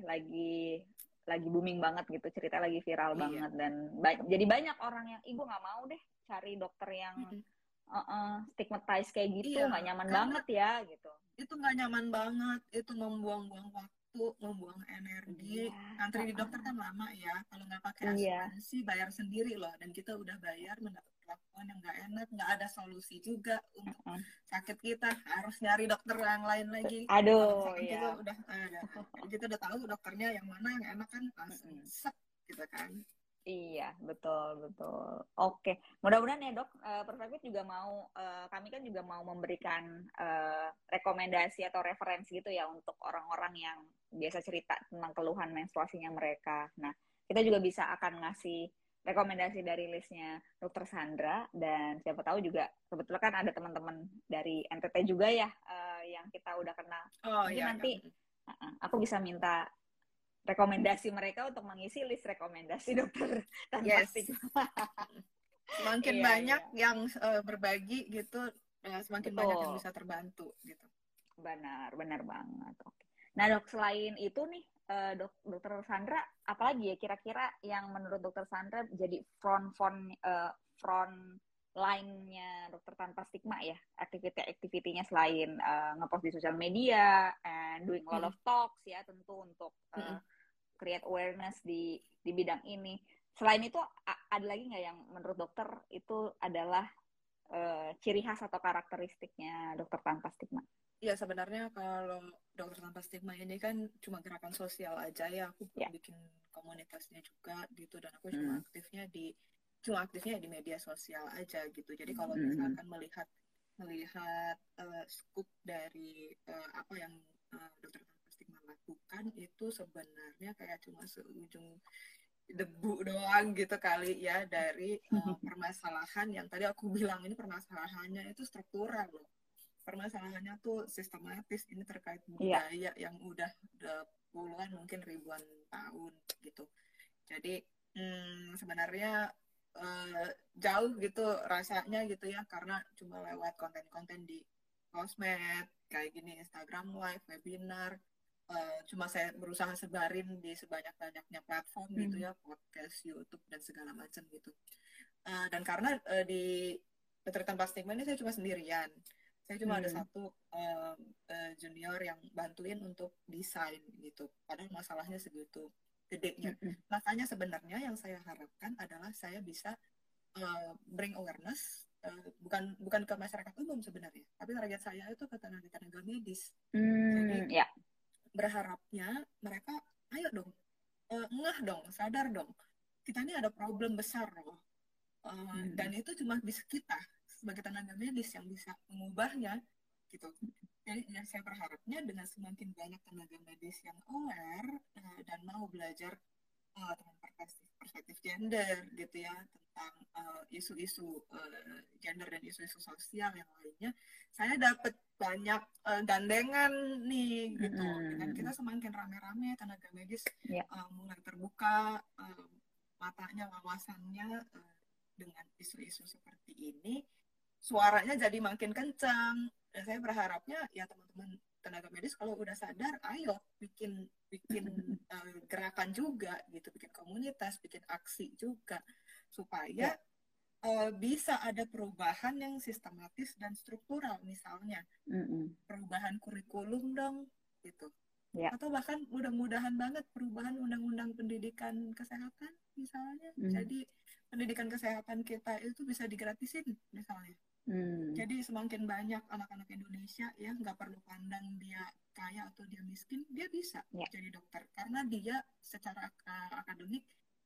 lagi booming banget gitu, cerita lagi viral banget, dan jadi banyak orang yang ibu nggak mau deh cari dokter yang stigmatize kayak gitu, nggak nyaman banget ya gitu. Itu nggak nyaman banget, itu membuang-buang waktu, membuang energi. Antri di dokter kan lama ya, kalau nggak pakai asuransi bayar sendiri loh, dan kita udah bayar mendapat perlakuan yang nggak enak, nggak ada solusi juga untuk sakit kita, harus nyari dokter yang lain lagi. Aduh, kita udah kita udah tahu dokternya yang mana yang enak kan, langsung sep gitu kan. Iya, betul. Oke, mudah-mudahan ya dok, Perfect juga mau, kami kan juga mau memberikan rekomendasi atau referensi gitu ya untuk orang-orang yang biasa cerita tentang keluhan menstruasinya mereka. Nah, kita juga bisa akan ngasih rekomendasi dari listnya dokter Sandra, dan siapa tahu juga kebetulan kan ada teman-teman dari NTT juga ya, yang kita udah kenal. Mungkin nanti aku bisa minta rekomendasi mereka untuk mengisi list rekomendasi dokter tanpa stigma. Semakin Iya, banyak iya. yang berbagi gitu, semakin banyak yang Betul. bisa terbantu gitu. Benar, benar banget. Oke. Nah, Dok, selain itu nih, Dokter Sandra, apalagi ya kira-kira yang menurut Dokter Sandra jadi front line-nya Dokter Tanpa Stigma ya, aktiviti-aktivitinya selain ngepost di sosial media and doing a lot Mm-mm. of talks ya, tentu untuk Mm-mm. create awareness di bidang ini. Selain itu, ada lagi nggak yang menurut dokter itu adalah ciri khas atau karakteristiknya Dokter Tanpa Stigma? Ya sebenarnya kalau dokter tanpa stigma ini kan cuma gerakan sosial aja ya. Aku belum Ya. bikin komunitasnya juga gitu dan aku Hmm. cuma aktifnya di media sosial aja gitu. Jadi kalau Hmm. misalkan melihat melihat skup dari apa yang dokter tanpa stigma lakukan itu sebenarnya kayak cuma seujung debu doang gitu kali ya dari permasalahan yang tadi aku bilang ini permasalahannya itu struktural loh, permasalahannya tuh sistematis, ini terkait Iya. budaya yang udah puluhan mungkin ribuan tahun gitu. Jadi sebenarnya jauh gitu rasanya gitu ya karena cuma lewat konten-konten di sosmed kayak gini, Instagram Live, webinar, cuma saya berusaha sebarin di sebanyak-banyaknya platform gitu Hmm. ya, podcast, YouTube dan segala macam gitu. Dan karena di Dokter Tanpa Stigma ini saya cuma sendirian, saya cuma ada Hmm. satu junior yang bantuin untuk desain gitu. Padahal masalahnya segitu gedenya. Hmm. Makanya sebenarnya yang saya harapkan adalah saya bisa bring awareness, bukan bukan ke masyarakat umum sebenarnya, tapi target saya itu ke tenaga-tenaga medis. Jadi Hmm. Ya. berharapnya mereka ayo dong, ngeh dong, sadar dong, kita ini ada problem besar loh. Dan Hmm. itu cuma bisa kita sebagai tenaga medis yang bisa mengubahnya gitu. Jadi yang saya berharapnya dengan semakin banyak tenaga medis yang aware dan mau belajar tentang perspektif gender gitu ya, tentang isu-isu gender dan isu-isu sosial yang lainnya, saya dapat banyak gandengan nih gitu. Dengan Hmm. kita semakin rame-rame tenaga medis Ya. mulai terbuka matanya, wawasannya dengan isu-isu seperti ini, suaranya jadi makin kencang. Dan saya berharapnya ya teman-teman tenaga medis kalau udah sadar, ayo bikin bikin gerakan juga gitu, bikin komunitas, bikin aksi juga supaya Ya. bisa ada perubahan yang sistematis dan struktural, misalnya Hmm. perubahan kurikulum dong gitu, Ya. atau bahkan mudah-mudahan banget perubahan undang-undang pendidikan kesehatan misalnya, Hmm. jadi pendidikan kesehatan kita itu bisa digratisin misalnya. Hmm. Jadi semakin banyak anak-anak Indonesia yang nggak perlu pandang dia kaya atau dia miskin, dia bisa Ya. jadi dokter karena dia secara akademik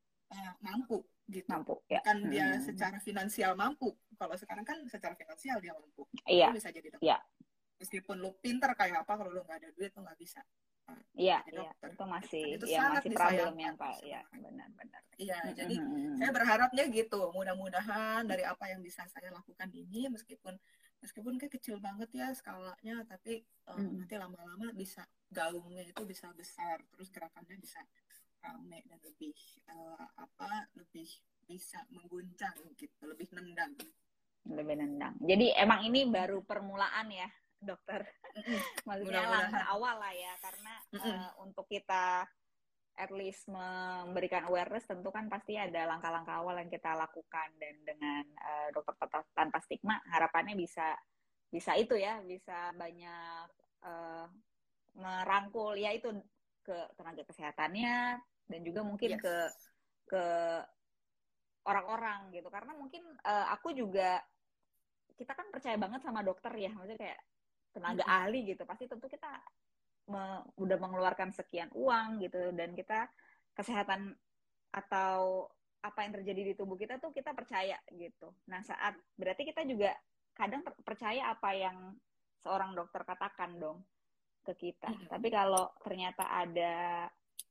mampu gitu. Mampu. Ya. Bukan dia Hmm. secara finansial mampu. Kalau sekarang kan secara finansial dia mampu, Iya. dia bisa jadi dokter. Ya. Meskipun lu pinter kayak apa, kalau lu nggak ada duit lu nggak bisa Iya. jadi Iya. dokter. Itu Gitu masih, kan. Itu ya sangat masih problem yang disayangkan pak. Ya. sebenarnya. Benar-benar. Iya, jadi Hmm. saya berharapnya gitu. Mudah-mudahan dari apa yang bisa saya lakukan ini, meskipun meskipun kayak kecil banget ya skalanya, tapi Hmm. nanti lama-lama bisa gaungnya itu bisa besar, terus gerakannya bisa rame dan lebih lebih bisa mengguncang gitu, lebih nendang. Lebih nendang. Jadi emang ini baru permulaan ya, dokter. Mm-mm. Maksudnya langkah Mudah-mudahan. awal lah ya, karena Mm-mm. untuk kita at least memberikan awareness tentu kan pasti ada langkah-langkah awal yang kita lakukan, dan dengan dokter tanpa stigma harapannya bisa bisa itu ya, bisa banyak uh, merangkul ya itu ke tenaga kesehatannya, dan juga mungkin Yes. ke orang-orang gitu, karena mungkin aku juga, kita kan percaya banget sama dokter ya, maksudnya kayak tenaga Mm-mm. ahli gitu, pasti tentu kita udah mengeluarkan sekian uang gitu, dan kita kesehatan atau apa yang terjadi di tubuh kita tuh kita percaya gitu. Nah, saat berarti kita juga kadang percaya apa yang seorang dokter katakan dong ke kita. Mm-mm. Tapi kalau ternyata ada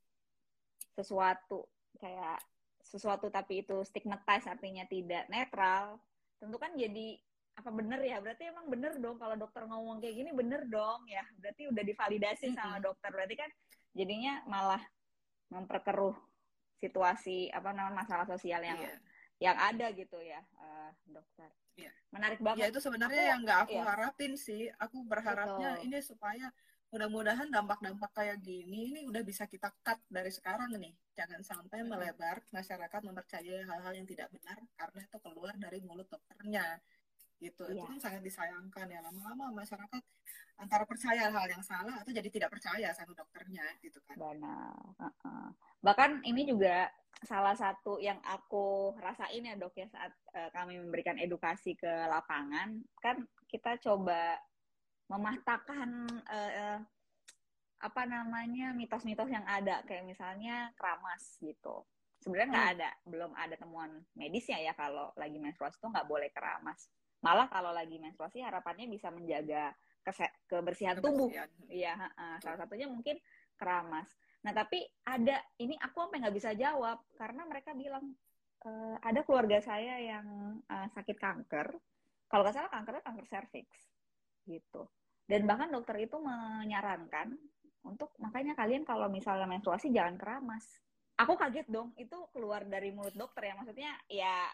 sesuatu kayak sesuatu tapi itu stigmatize, artinya tidak netral, tentu kan jadi apa bener ya, berarti emang bener dong kalau dokter ngomong kayak gini, bener dong ya, berarti udah divalidasi sama Mm-mm. dokter, berarti kan jadinya malah memperkeruh situasi apa namanya masalah sosial yang Iya. yang ada gitu ya, dokter. Iya. Menarik Ya banget. itu sebenarnya Aku yang nggak aku ya harapin sih. Aku berharapnya betul. ini supaya mudah-mudahan dampak-dampak kayak gini ini udah bisa kita cut dari sekarang nih. Jangan sampai Mm-mm. melebar, masyarakat mempercayai hal-hal yang tidak benar karena itu keluar dari mulut dokternya. Gitu. Itu Iya, kan sangat disayangkan ya. Lama-lama masyarakat antara percaya hal yang salah atau jadi tidak percaya sama dokternya gitu kan. benar. Uh-uh. Bahkan ini juga salah satu yang aku rasain ya dok ya saat kami memberikan edukasi ke lapangan, kan kita coba mematahkan apa namanya mitos-mitos yang ada kayak misalnya keramas gitu. Sebenarnya nggak Hmm. ada, belum ada temuan medisnya ya kalau lagi menstruasi itu nggak boleh keramas. Malah kalau lagi menstruasi harapannya bisa menjaga kebersihan tubuh. Kebersihan. Iya, Betul. salah satunya mungkin keramas. Nah tapi ada ini aku sampai nggak bisa jawab karena mereka bilang ada keluarga saya yang sakit kanker. Kalau nggak salah kankernya kanker serviks gitu. Dan bahkan dokter itu menyarankan untuk makanya kalian kalau misalnya menstruasi jangan keramas. Aku kaget dong, itu keluar dari mulut dokter ya, maksudnya ya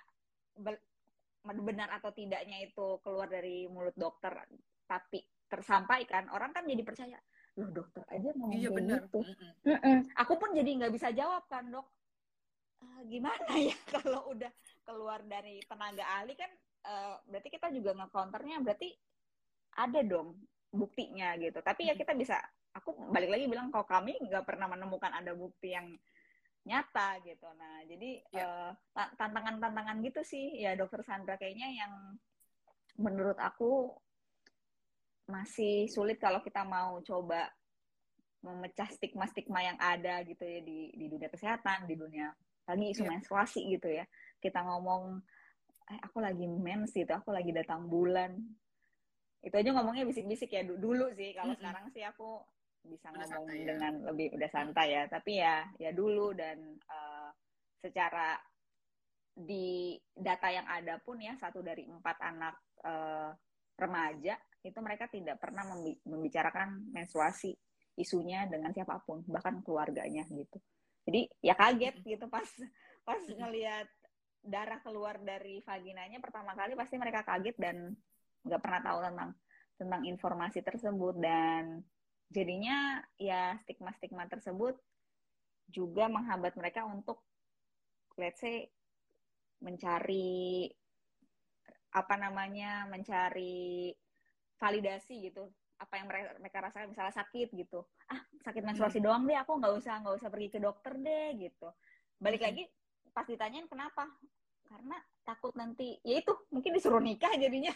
benar atau tidaknya itu keluar dari mulut dokter, tapi tersampaikan, orang kan jadi percaya, loh dokter aja ngomong Iya kayak benar. gitu. Mm-mm. Aku pun jadi nggak bisa jawab kan dok, gimana ya kalau udah keluar dari tenaga ahli kan, berarti kita juga nge-counternya, berarti ada dong buktinya gitu. Tapi ya Mm-mm. kita bisa, aku balik lagi bilang kalau kami nggak pernah menemukan ada bukti yang nyata gitu. Nah jadi Ya. tantangan-tantangan gitu sih ya dokter Sandra kayaknya yang menurut aku masih sulit kalau kita mau coba memecah stigma-stigma yang ada gitu ya di dunia kesehatan, di dunia lagi isu Iya. menstruasi gitu ya. Kita ngomong, aku lagi mens gitu, aku lagi datang bulan, itu aja ngomongnya bisik-bisik ya dulu sih. Kalau Mm-mm. sekarang sih aku bisa Udah santai ngomong ya. dengan lebih udah Mm-mm. santai ya, tapi ya dulu. Dan secara di data yang ada pun ya 1 dari 4 anak uh, remaja itu mereka tidak pernah membicarakan menstruasi isunya dengan siapapun, bahkan keluarganya gitu. Jadi ya kaget Mm-mm. gitu pas pas Mm-mm. ngelihat darah keluar dari vaginanya pertama kali, pasti mereka kaget dan nggak pernah tahu tentang informasi tersebut. Dan jadinya ya stigma-stigma tersebut juga menghambat mereka untuk let's say mencari apa namanya, mencari validasi gitu, apa yang mereka rasakan, misalnya sakit gitu, sakit Mm-mm. menstruasi doang deh, aku nggak usah pergi ke dokter deh gitu. Balik Mm-mm. lagi pas ditanyain kenapa, karena takut nanti ya itu mungkin disuruh nikah jadinya.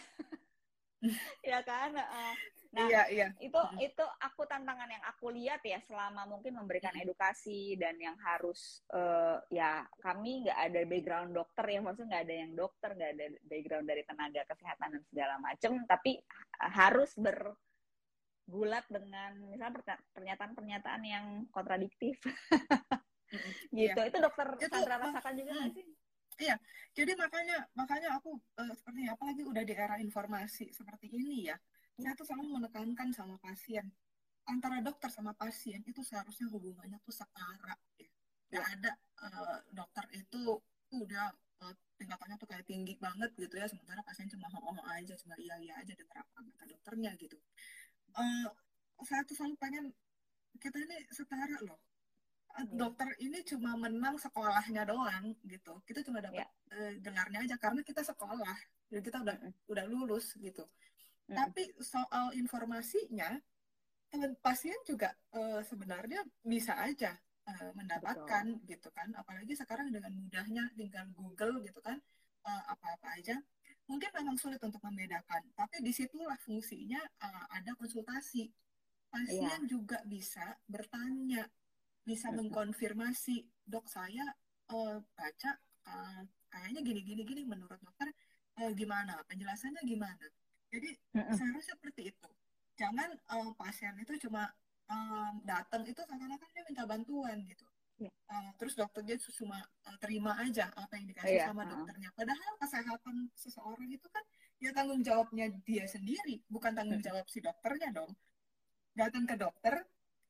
Ya kan. Nah Iya, iya. Mm-mm. itu aku tantangan yang aku lihat ya selama mungkin memberikan Mm-mm. edukasi, dan yang harus ya kami nggak ada background dokter ya, maksudnya nggak ada yang dokter, nggak ada background dari tenaga kesehatan dan segala macem, tapi harus bergulat dengan misalnya pernyataan-pernyataan yang kontradiktif. Mm-mm. Iya. Gitu, itu dokter Itu Sandra mah. rasakan juga nggak sih? Iya. Jadi makanya makanya aku seperti apalagi udah di era informasi seperti ini ya. Ya, Saya tuh selalu menekankan sama pasien, antara dokter sama pasien itu seharusnya hubungannya tuh setara ya. Nggak ya, ada dokter itu udah tingkatannya tuh kayak tinggi banget gitu ya, sementara pasien cuma oh aja, cuma iya iya aja dengar apa kata dokternya gitu. Eh, saya tuh selalu pengen kita ini setara loh. ya, Dokter ini cuma menang sekolahnya doang gitu. Kita cuma dapat ya. dengarnya aja karena kita sekolah, jadi kita Mm-mm, udah lulus gitu. mm-mm. Tapi soal informasinya, pasien juga sebenarnya bisa aja mendapatkan Betul. gitu kan, apalagi sekarang dengan mudahnya tinggal Google gitu kan, apa-apa aja. Mungkin memang sulit untuk membedakan, tapi disitulah fungsinya ada konsultasi. Pasien Iya. juga bisa bertanya, bisa Mm-mm, mengkonfirmasi, dok saya baca kayaknya gini gini gini, menurut dokter gimana, penjelasannya gimana. Jadi mm-mm. seharusnya seperti itu. Jangan pasien itu cuma datang itu seakan-akan dia minta bantuan gitu. Ya. Terus dokternya cuma terima aja apa yang dikasih Iya. sama dokternya. Padahal kesehatan seseorang itu kan ya tanggung jawabnya dia sendiri, bukan tanggung Mm-mm. jawab si dokternya dong. Datang ke dokter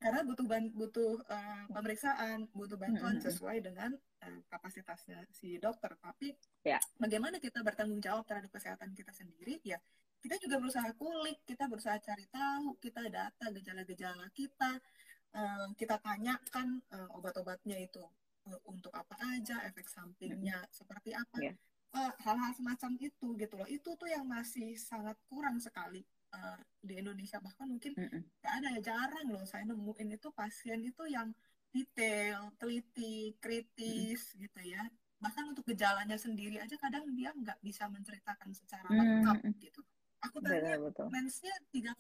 karena butuh pemeriksaan, butuh bantuan sesuai dengan kapasitasnya si dokter. Tapi bagaimana kita bertanggung jawab terhadap kesehatan kita sendiri, ya kita juga berusaha kulik, kita berusaha cari tahu, kita data gejala-gejala kita tanyakan obat-obatnya itu untuk apa aja, efek sampingnya seperti apa, hal-hal semacam itu gitu loh. Itu tuh yang masih sangat kurang sekali di Indonesia, bahkan mungkin nggak ada ya, jarang loh saya nemuin itu pasien itu yang detail, teliti, kritis gitu ya. Bahkan untuk gejalanya sendiri aja kadang dia nggak bisa menceritakan secara lengkap gitu. Aku tanya mensnya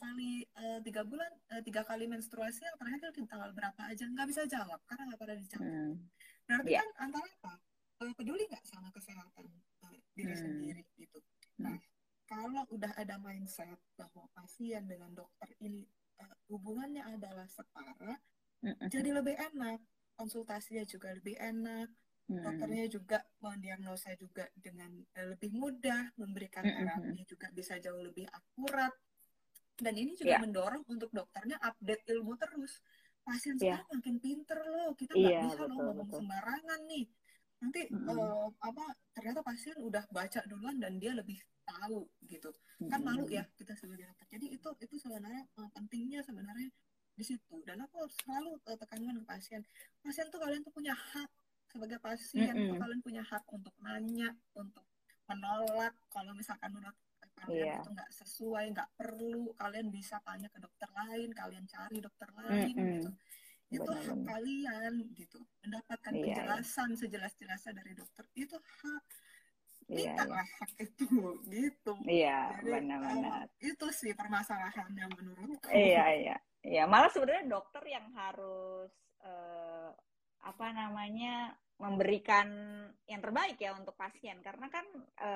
3 kali menstruasi yang terakhir di tanggal berapa aja, nggak bisa jawab karena nggak pada dijawab. Berarti kan antara apa? Peduli nggak sama kesehatan diri sendiri gitu. Nah, kalau udah ada mindset bahwa pasien dengan dokter ini hubungannya adalah setara, jadi lebih enak, konsultasinya juga lebih enak, dokternya juga mendiagnosa juga dengan lebih mudah, memberikan terapi juga bisa jauh lebih akurat, dan ini juga mendorong untuk dokternya update ilmu terus. Pasien sekarang makin pinter loh, kita nggak bisa loh ngomong sembarangan nih. Nanti ternyata pasien udah baca duluan dan dia lebih tahu gitu. Kan malu ya kita sebagai dokter. Jadi itu sebenarnya pentingnya sebenarnya di situ. Dan aku selalu tekankan ke pasien tuh kalian tuh punya hak sebagai pasien, tuh kalian punya hak untuk nanya, untuk menolak kalau misalkan menurut kalian itu nggak sesuai, nggak perlu, kalian bisa tanya ke dokter lain, kalian cari dokter lain gitu. Itu hak kalian gitu, mendapatkan penjelasan sejelas-jelasnya dari dokter, itu hak, mintalah hak itu gitu. Jadi benar-benar itu sih permasalahannya menurutku. Iya, malah sebenarnya dokter yang harus memberikan yang terbaik ya untuk pasien, karena kan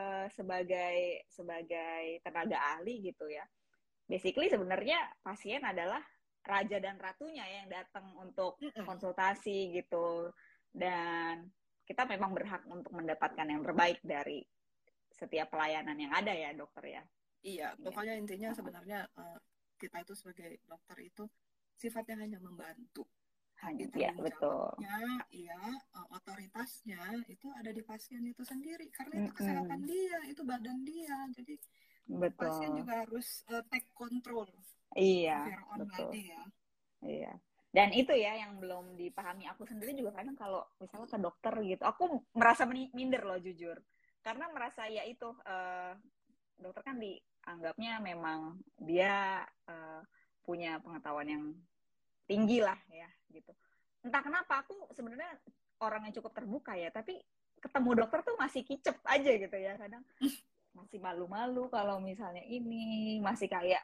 sebagai tenaga ahli gitu ya, basically sebenarnya pasien adalah raja dan ratunya yang datang untuk konsultasi gitu, dan kita memang berhak untuk mendapatkan yang terbaik dari setiap pelayanan yang ada ya dokter ya. Iya, pokoknya intinya sebenarnya kita itu sebagai dokter itu sifatnya hanya membantu. Tapi tanggung jawabnya, otoritasnya itu ada di pasien itu sendiri. Karena itu kesehatan dia, itu badan dia. Jadi pasien juga harus take control. Iya, betul. Ya. Iya. Dan itu ya yang belum dipahami aku sendiri juga, kadang kalau misalnya ke dokter gitu, aku merasa minder loh jujur. Karena merasa ya itu, dokter kan dianggapnya memang dia punya pengetahuan yang tinggi lah ya gitu. Entah kenapa aku sebenarnya orang yang cukup terbuka ya, tapi ketemu dokter tuh masih kicep aja gitu ya, kadang masih malu-malu kalau misalnya ini, masih kayak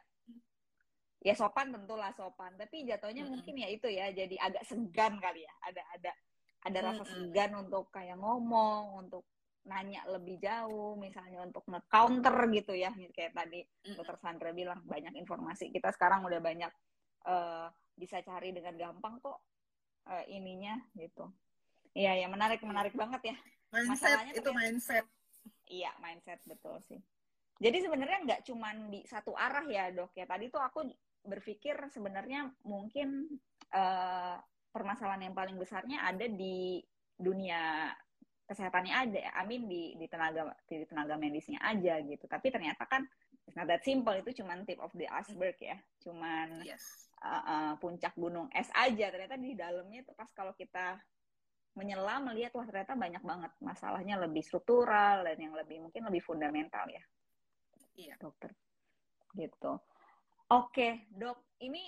ya sopan, tentulah sopan, tapi jatuhnya mungkin ya itu ya, jadi agak segan kali ya, ada rasa segan untuk kayak ngomong, untuk nanya lebih jauh, misalnya untuk nge-counter gitu ya, kayak tadi Dokter Sandra bilang, banyak informasi kita sekarang udah banyak bisa cari dengan gampang kok ininya gitu. Iya ya, menarik banget ya. Masalahnya itu mindset. Iya, mindset, betul sih. Jadi sebenarnya nggak cuma di satu arah ya dok ya. Tadi tuh aku berpikir sebenarnya mungkin permasalahan yang paling besarnya ada di dunia kesehatannya ada, di tenaga medisnya aja gitu. Tapi ternyata kan it's not that simple, itu cuman tip of the iceberg ya, cuman puncak gunung es aja. Ternyata di dalamnya tuh pas kalau kita menyelam melihat, wah ternyata banyak banget masalahnya, lebih struktural dan yang mungkin lebih fundamental ya. Iya dokter, gitu. Oke dok, ini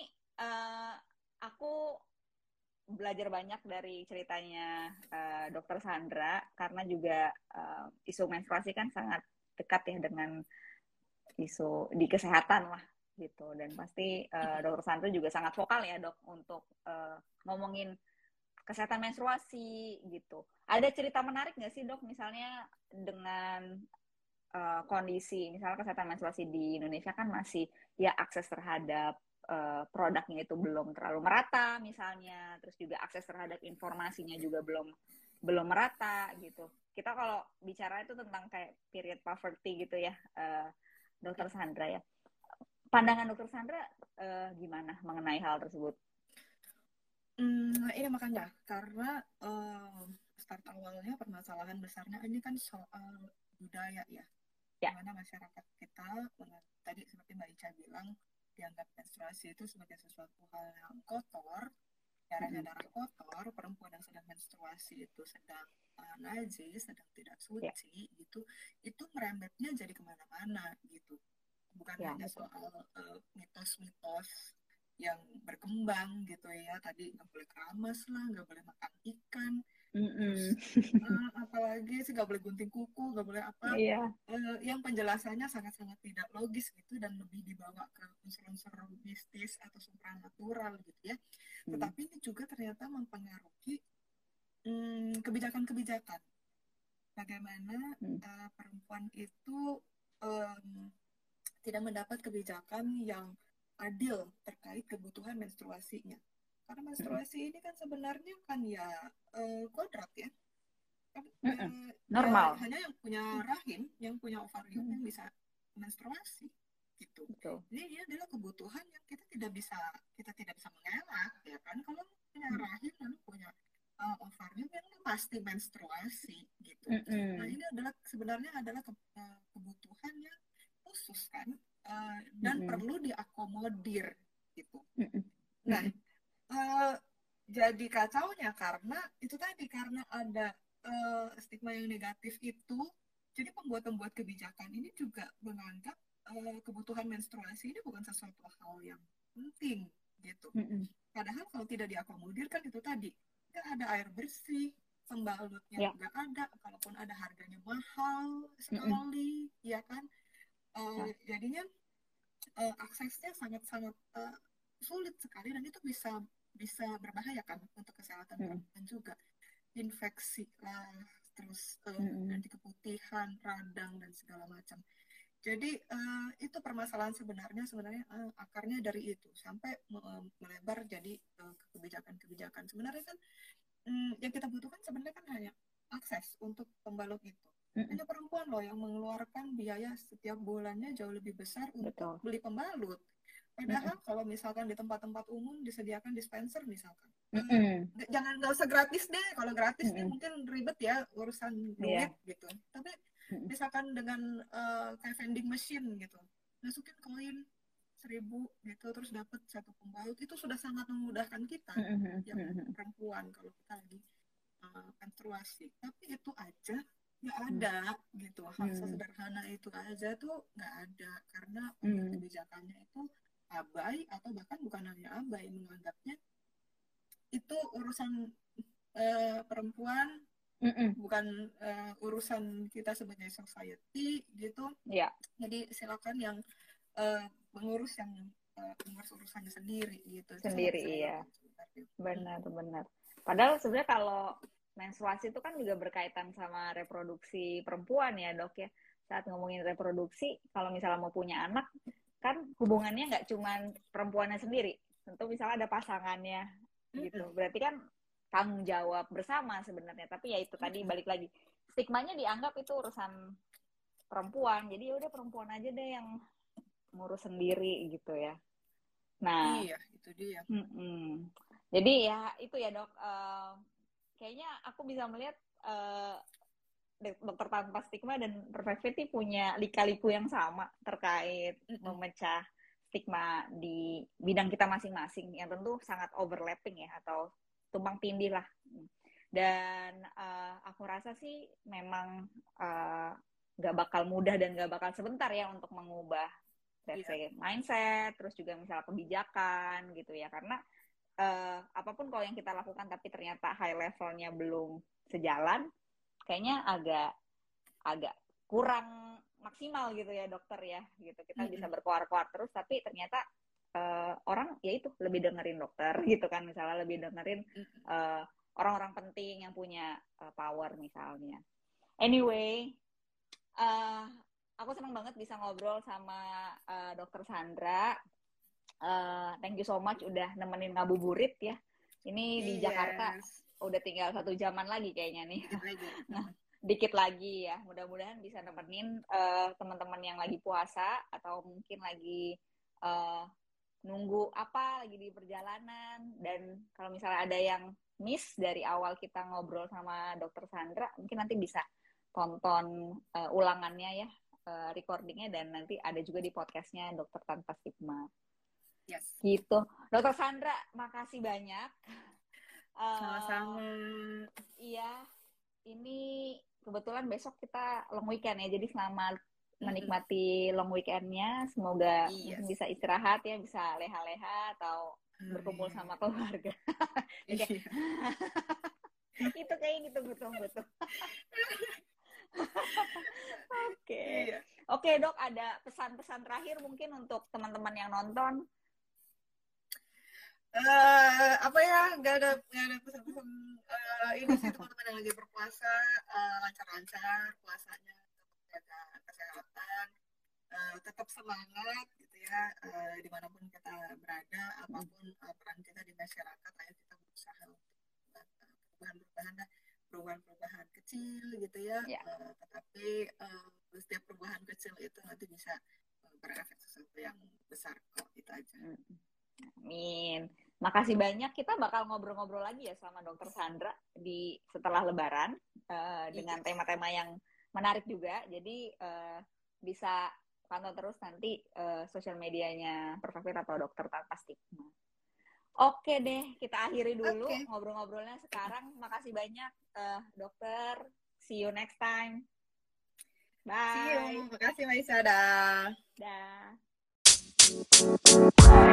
aku belajar banyak dari ceritanya Dokter Sandra, karena juga isu menstruasi kan sangat dekat ya dengan isu di kesehatan lah gitu, dan pasti Dokter Sandra juga sangat vokal ya dok untuk ngomongin kesehatan menstruasi gitu. Ada cerita menarik nggak sih dok, misalnya dengan kondisi misalnya kesehatan menstruasi di Indonesia kan masih ya akses terhadap produknya itu belum terlalu merata misalnya, terus juga akses terhadap informasinya juga belum merata gitu. Kita kalau bicara itu tentang kayak period poverty gitu ya, Dokter Sandra ya. Pandangan Dokter Sandra gimana mengenai hal tersebut? Ini makanya karena start awalnya permasalahan besarnya ini kan soal budaya ya, di Ya. mana masyarakat kita tadi seperti Mbak Ica bilang dianggap menstruasi itu sebagai sesuatu hal yang kotor, darahnya Mm-mm. darah kotor, perempuan yang sedang menstruasi itu sedang najis, sedang tidak Ya. suci gitu, itu merembetnya jadi kemana-mana gitu. Bukan Ya, hanya betul. soal mitos-mitos yang berkembang gitu ya, tadi nggak boleh keramas lah, nggak boleh makan ikan, Mm-mm. terus apalagi sih nggak boleh gunting kuku, nggak boleh apa, Iya. yang penjelasannya sangat-sangat tidak logis gitu dan lebih dibawa ke unsur-unsur mistis atau supranatural gitu ya. Mm. Tetapi ini juga ternyata mempengaruhi kebijakan-kebijakan. Bagaimana Mm. perempuan itu em, tidak mendapat kebijakan yang adil terkait kebutuhan menstruasinya. Karena Mm-mm. menstruasi ini kan sebenarnya kan ya kodrat ya. Kan, Mm-mm. ya Normal. hanya yang punya rahim, yang punya ovarium Mm-mm. yang bisa menstruasi gitu. Betul. Jadi ini adalah kebutuhan yang kita tidak bisa mengelak ya kan. Kalau punya Mm. rahim lalu punya ovarium yang pasti menstruasi gitu. Nah Mm-mm. ini adalah sebenarnya adalah kebutuhan yang khusus kan, dan Mm-mm. perlu diakomodir gitu. Mm-mm. Nah, Mm-mm. eh, jadi kacaunya karena itu tadi karena ada stigma yang negatif itu, jadi pembuat-pembuat kebijakan ini juga menganggap kebutuhan menstruasi ini bukan sesuatu hal yang penting gitu. Mm-mm. Padahal kalau tidak diakomodir kan itu tadi nggak ada air bersih, pembalutnya Ya. nggak ada, kalaupun ada harganya mahal Mm-mm. sekali, ya kan. Nah. Jadinya aksesnya sangat-sangat sulit sekali dan itu bisa bisa berbahaya kan untuk kesehatan Mm-mm. perempuan juga, infeksi lah, terus Mm-mm. nanti keputihan, radang dan segala macam. Jadi itu permasalahan sebenarnya akarnya dari itu sampai melebar jadi kebijakan-kebijakan. Sebenarnya kan yang kita butuhkan sebenarnya kan hanya akses untuk pembalut itu. Mm-mm. Hanya perempuan loh yang mengeluarkan biaya setiap bulannya jauh lebih besar untuk Betul. beli pembalut. Mm-mm. Padahal kalau misalkan di tempat-tempat umum disediakan dispenser misalkan, Mm-mm. jangan nggak usah gratis deh. Kalau gratis nih Mm-mm. mungkin ribet ya urusan duit Iya. gitu. Tapi Mm-mm. misalkan dengan kayak vending machine gitu, masukin koin 1.000 gitu terus dapat satu pembalut itu sudah sangat memudahkan kita Mm-mm. yang Mm-mm. perempuan kalau kita lagi menstruasi. Tapi itu aja nggak Mm-mm. ada gitu, hal Mm-mm. sesederhana itu aja tuh nggak ada karena pembuat Mm-mm. kebijakannya itu abai atau bahkan bukan hanya abai, menganggapnya itu urusan perempuan, Mm-mm. bukan urusan kita sebagai society gitu. Ya. Jadi silakan yang mengurus mengurus urusannya sendiri gitu. Itu sangat Sendiri, iya. disayangkan sebenarnya. Benar-benar. Padahal sebenarnya kalau menstruasi itu kan juga berkaitan sama reproduksi perempuan ya, Dok ya. Saat ngomongin reproduksi, kalau misalnya mau punya anak, kan hubungannya nggak cuma perempuannya sendiri. Tentu misalnya ada pasangannya gitu. Berarti kan tanggung jawab bersama sebenarnya. Tapi ya itu tadi balik lagi. Stigmanya dianggap itu urusan perempuan. Jadi ya udah perempuan aja deh yang ngurus sendiri gitu ya. Nah, Iya, itu dia. jadi ya itu ya dok, kayaknya aku bisa melihat uh, dokter tanpa stigma dan perfecti punya lika-liku yang sama terkait memecah stigma di bidang kita masing-masing yang tentu sangat overlapping ya atau tumpang tindih lah. Dan aku rasa sih memang gak bakal mudah dan gak bakal sebentar ya untuk mengubah let's Iya. say mindset, terus juga misalnya kebijakan gitu ya, karena apapun kalau yang kita lakukan tapi ternyata high levelnya belum sejalan, kayaknya agak agak kurang maksimal gitu ya dokter ya, gitu. Kita bisa berkoar-koar terus tapi ternyata orang ya itu lebih dengerin dokter gitu kan, misalnya lebih dengerin orang-orang penting yang punya power misalnya. Anyway, aku senang banget bisa ngobrol sama dokter Sandra. Thank you so much udah nemenin ngabuburit ya. Ini di Jakarta Yes. udah tinggal 1 jaman lagi kayaknya nih. Dikit lagi. Nah, dikit lagi ya. Mudah-mudahan bisa nemenin teman-teman yang lagi puasa atau mungkin lagi nunggu apa lagi di perjalanan. Dan kalau misalnya ada yang miss dari awal kita ngobrol sama Dokter Sandra, mungkin nanti bisa tonton ulangannya ya, recordingnya, dan nanti ada juga di podcastnya Dokter Tanpa Stigma. Yes. Gitu. Dokter Sandra, makasih banyak. Sama-sama. Iya, ini kebetulan besok kita long weekend ya, jadi selamat menikmati long weekendnya. Semoga mungkin bisa istirahat ya, bisa leha-leha atau berkumpul sama keluarga. Itu kayak gitu betul. Oke, Dok, ada pesan-pesan terakhir mungkin untuk teman-teman yang nonton? Apa ya, nggak ada pesan-pesan ini sih, teman-teman yang lagi berpuasa, lancar-lancar puasanya, tetap jaga kesehatan, tetap semangat gitu ya, dimanapun kita berada, apapun peran kita di masyarakat, ayo kita berusaha untuk perubahan-perubahan kecil gitu ya, tetapi setiap perubahan kecil itu nanti bisa berefek sesuatu yang besar kok, itu aja. Amin. Makasih banyak. Kita bakal ngobrol-ngobrol lagi ya sama Dokter Sandra di setelah Lebaran dengan tema-tema yang menarik juga. Jadi bisa pantau terus nanti sosial medianya Perfect atau Dokter Tanpa Stigma. Oke deh, kita akhiri dulu ngobrol-ngobrolnya sekarang. Makasih banyak dokter. See you next time. Bye. See you. Makasih Maisa. Dah. Dah.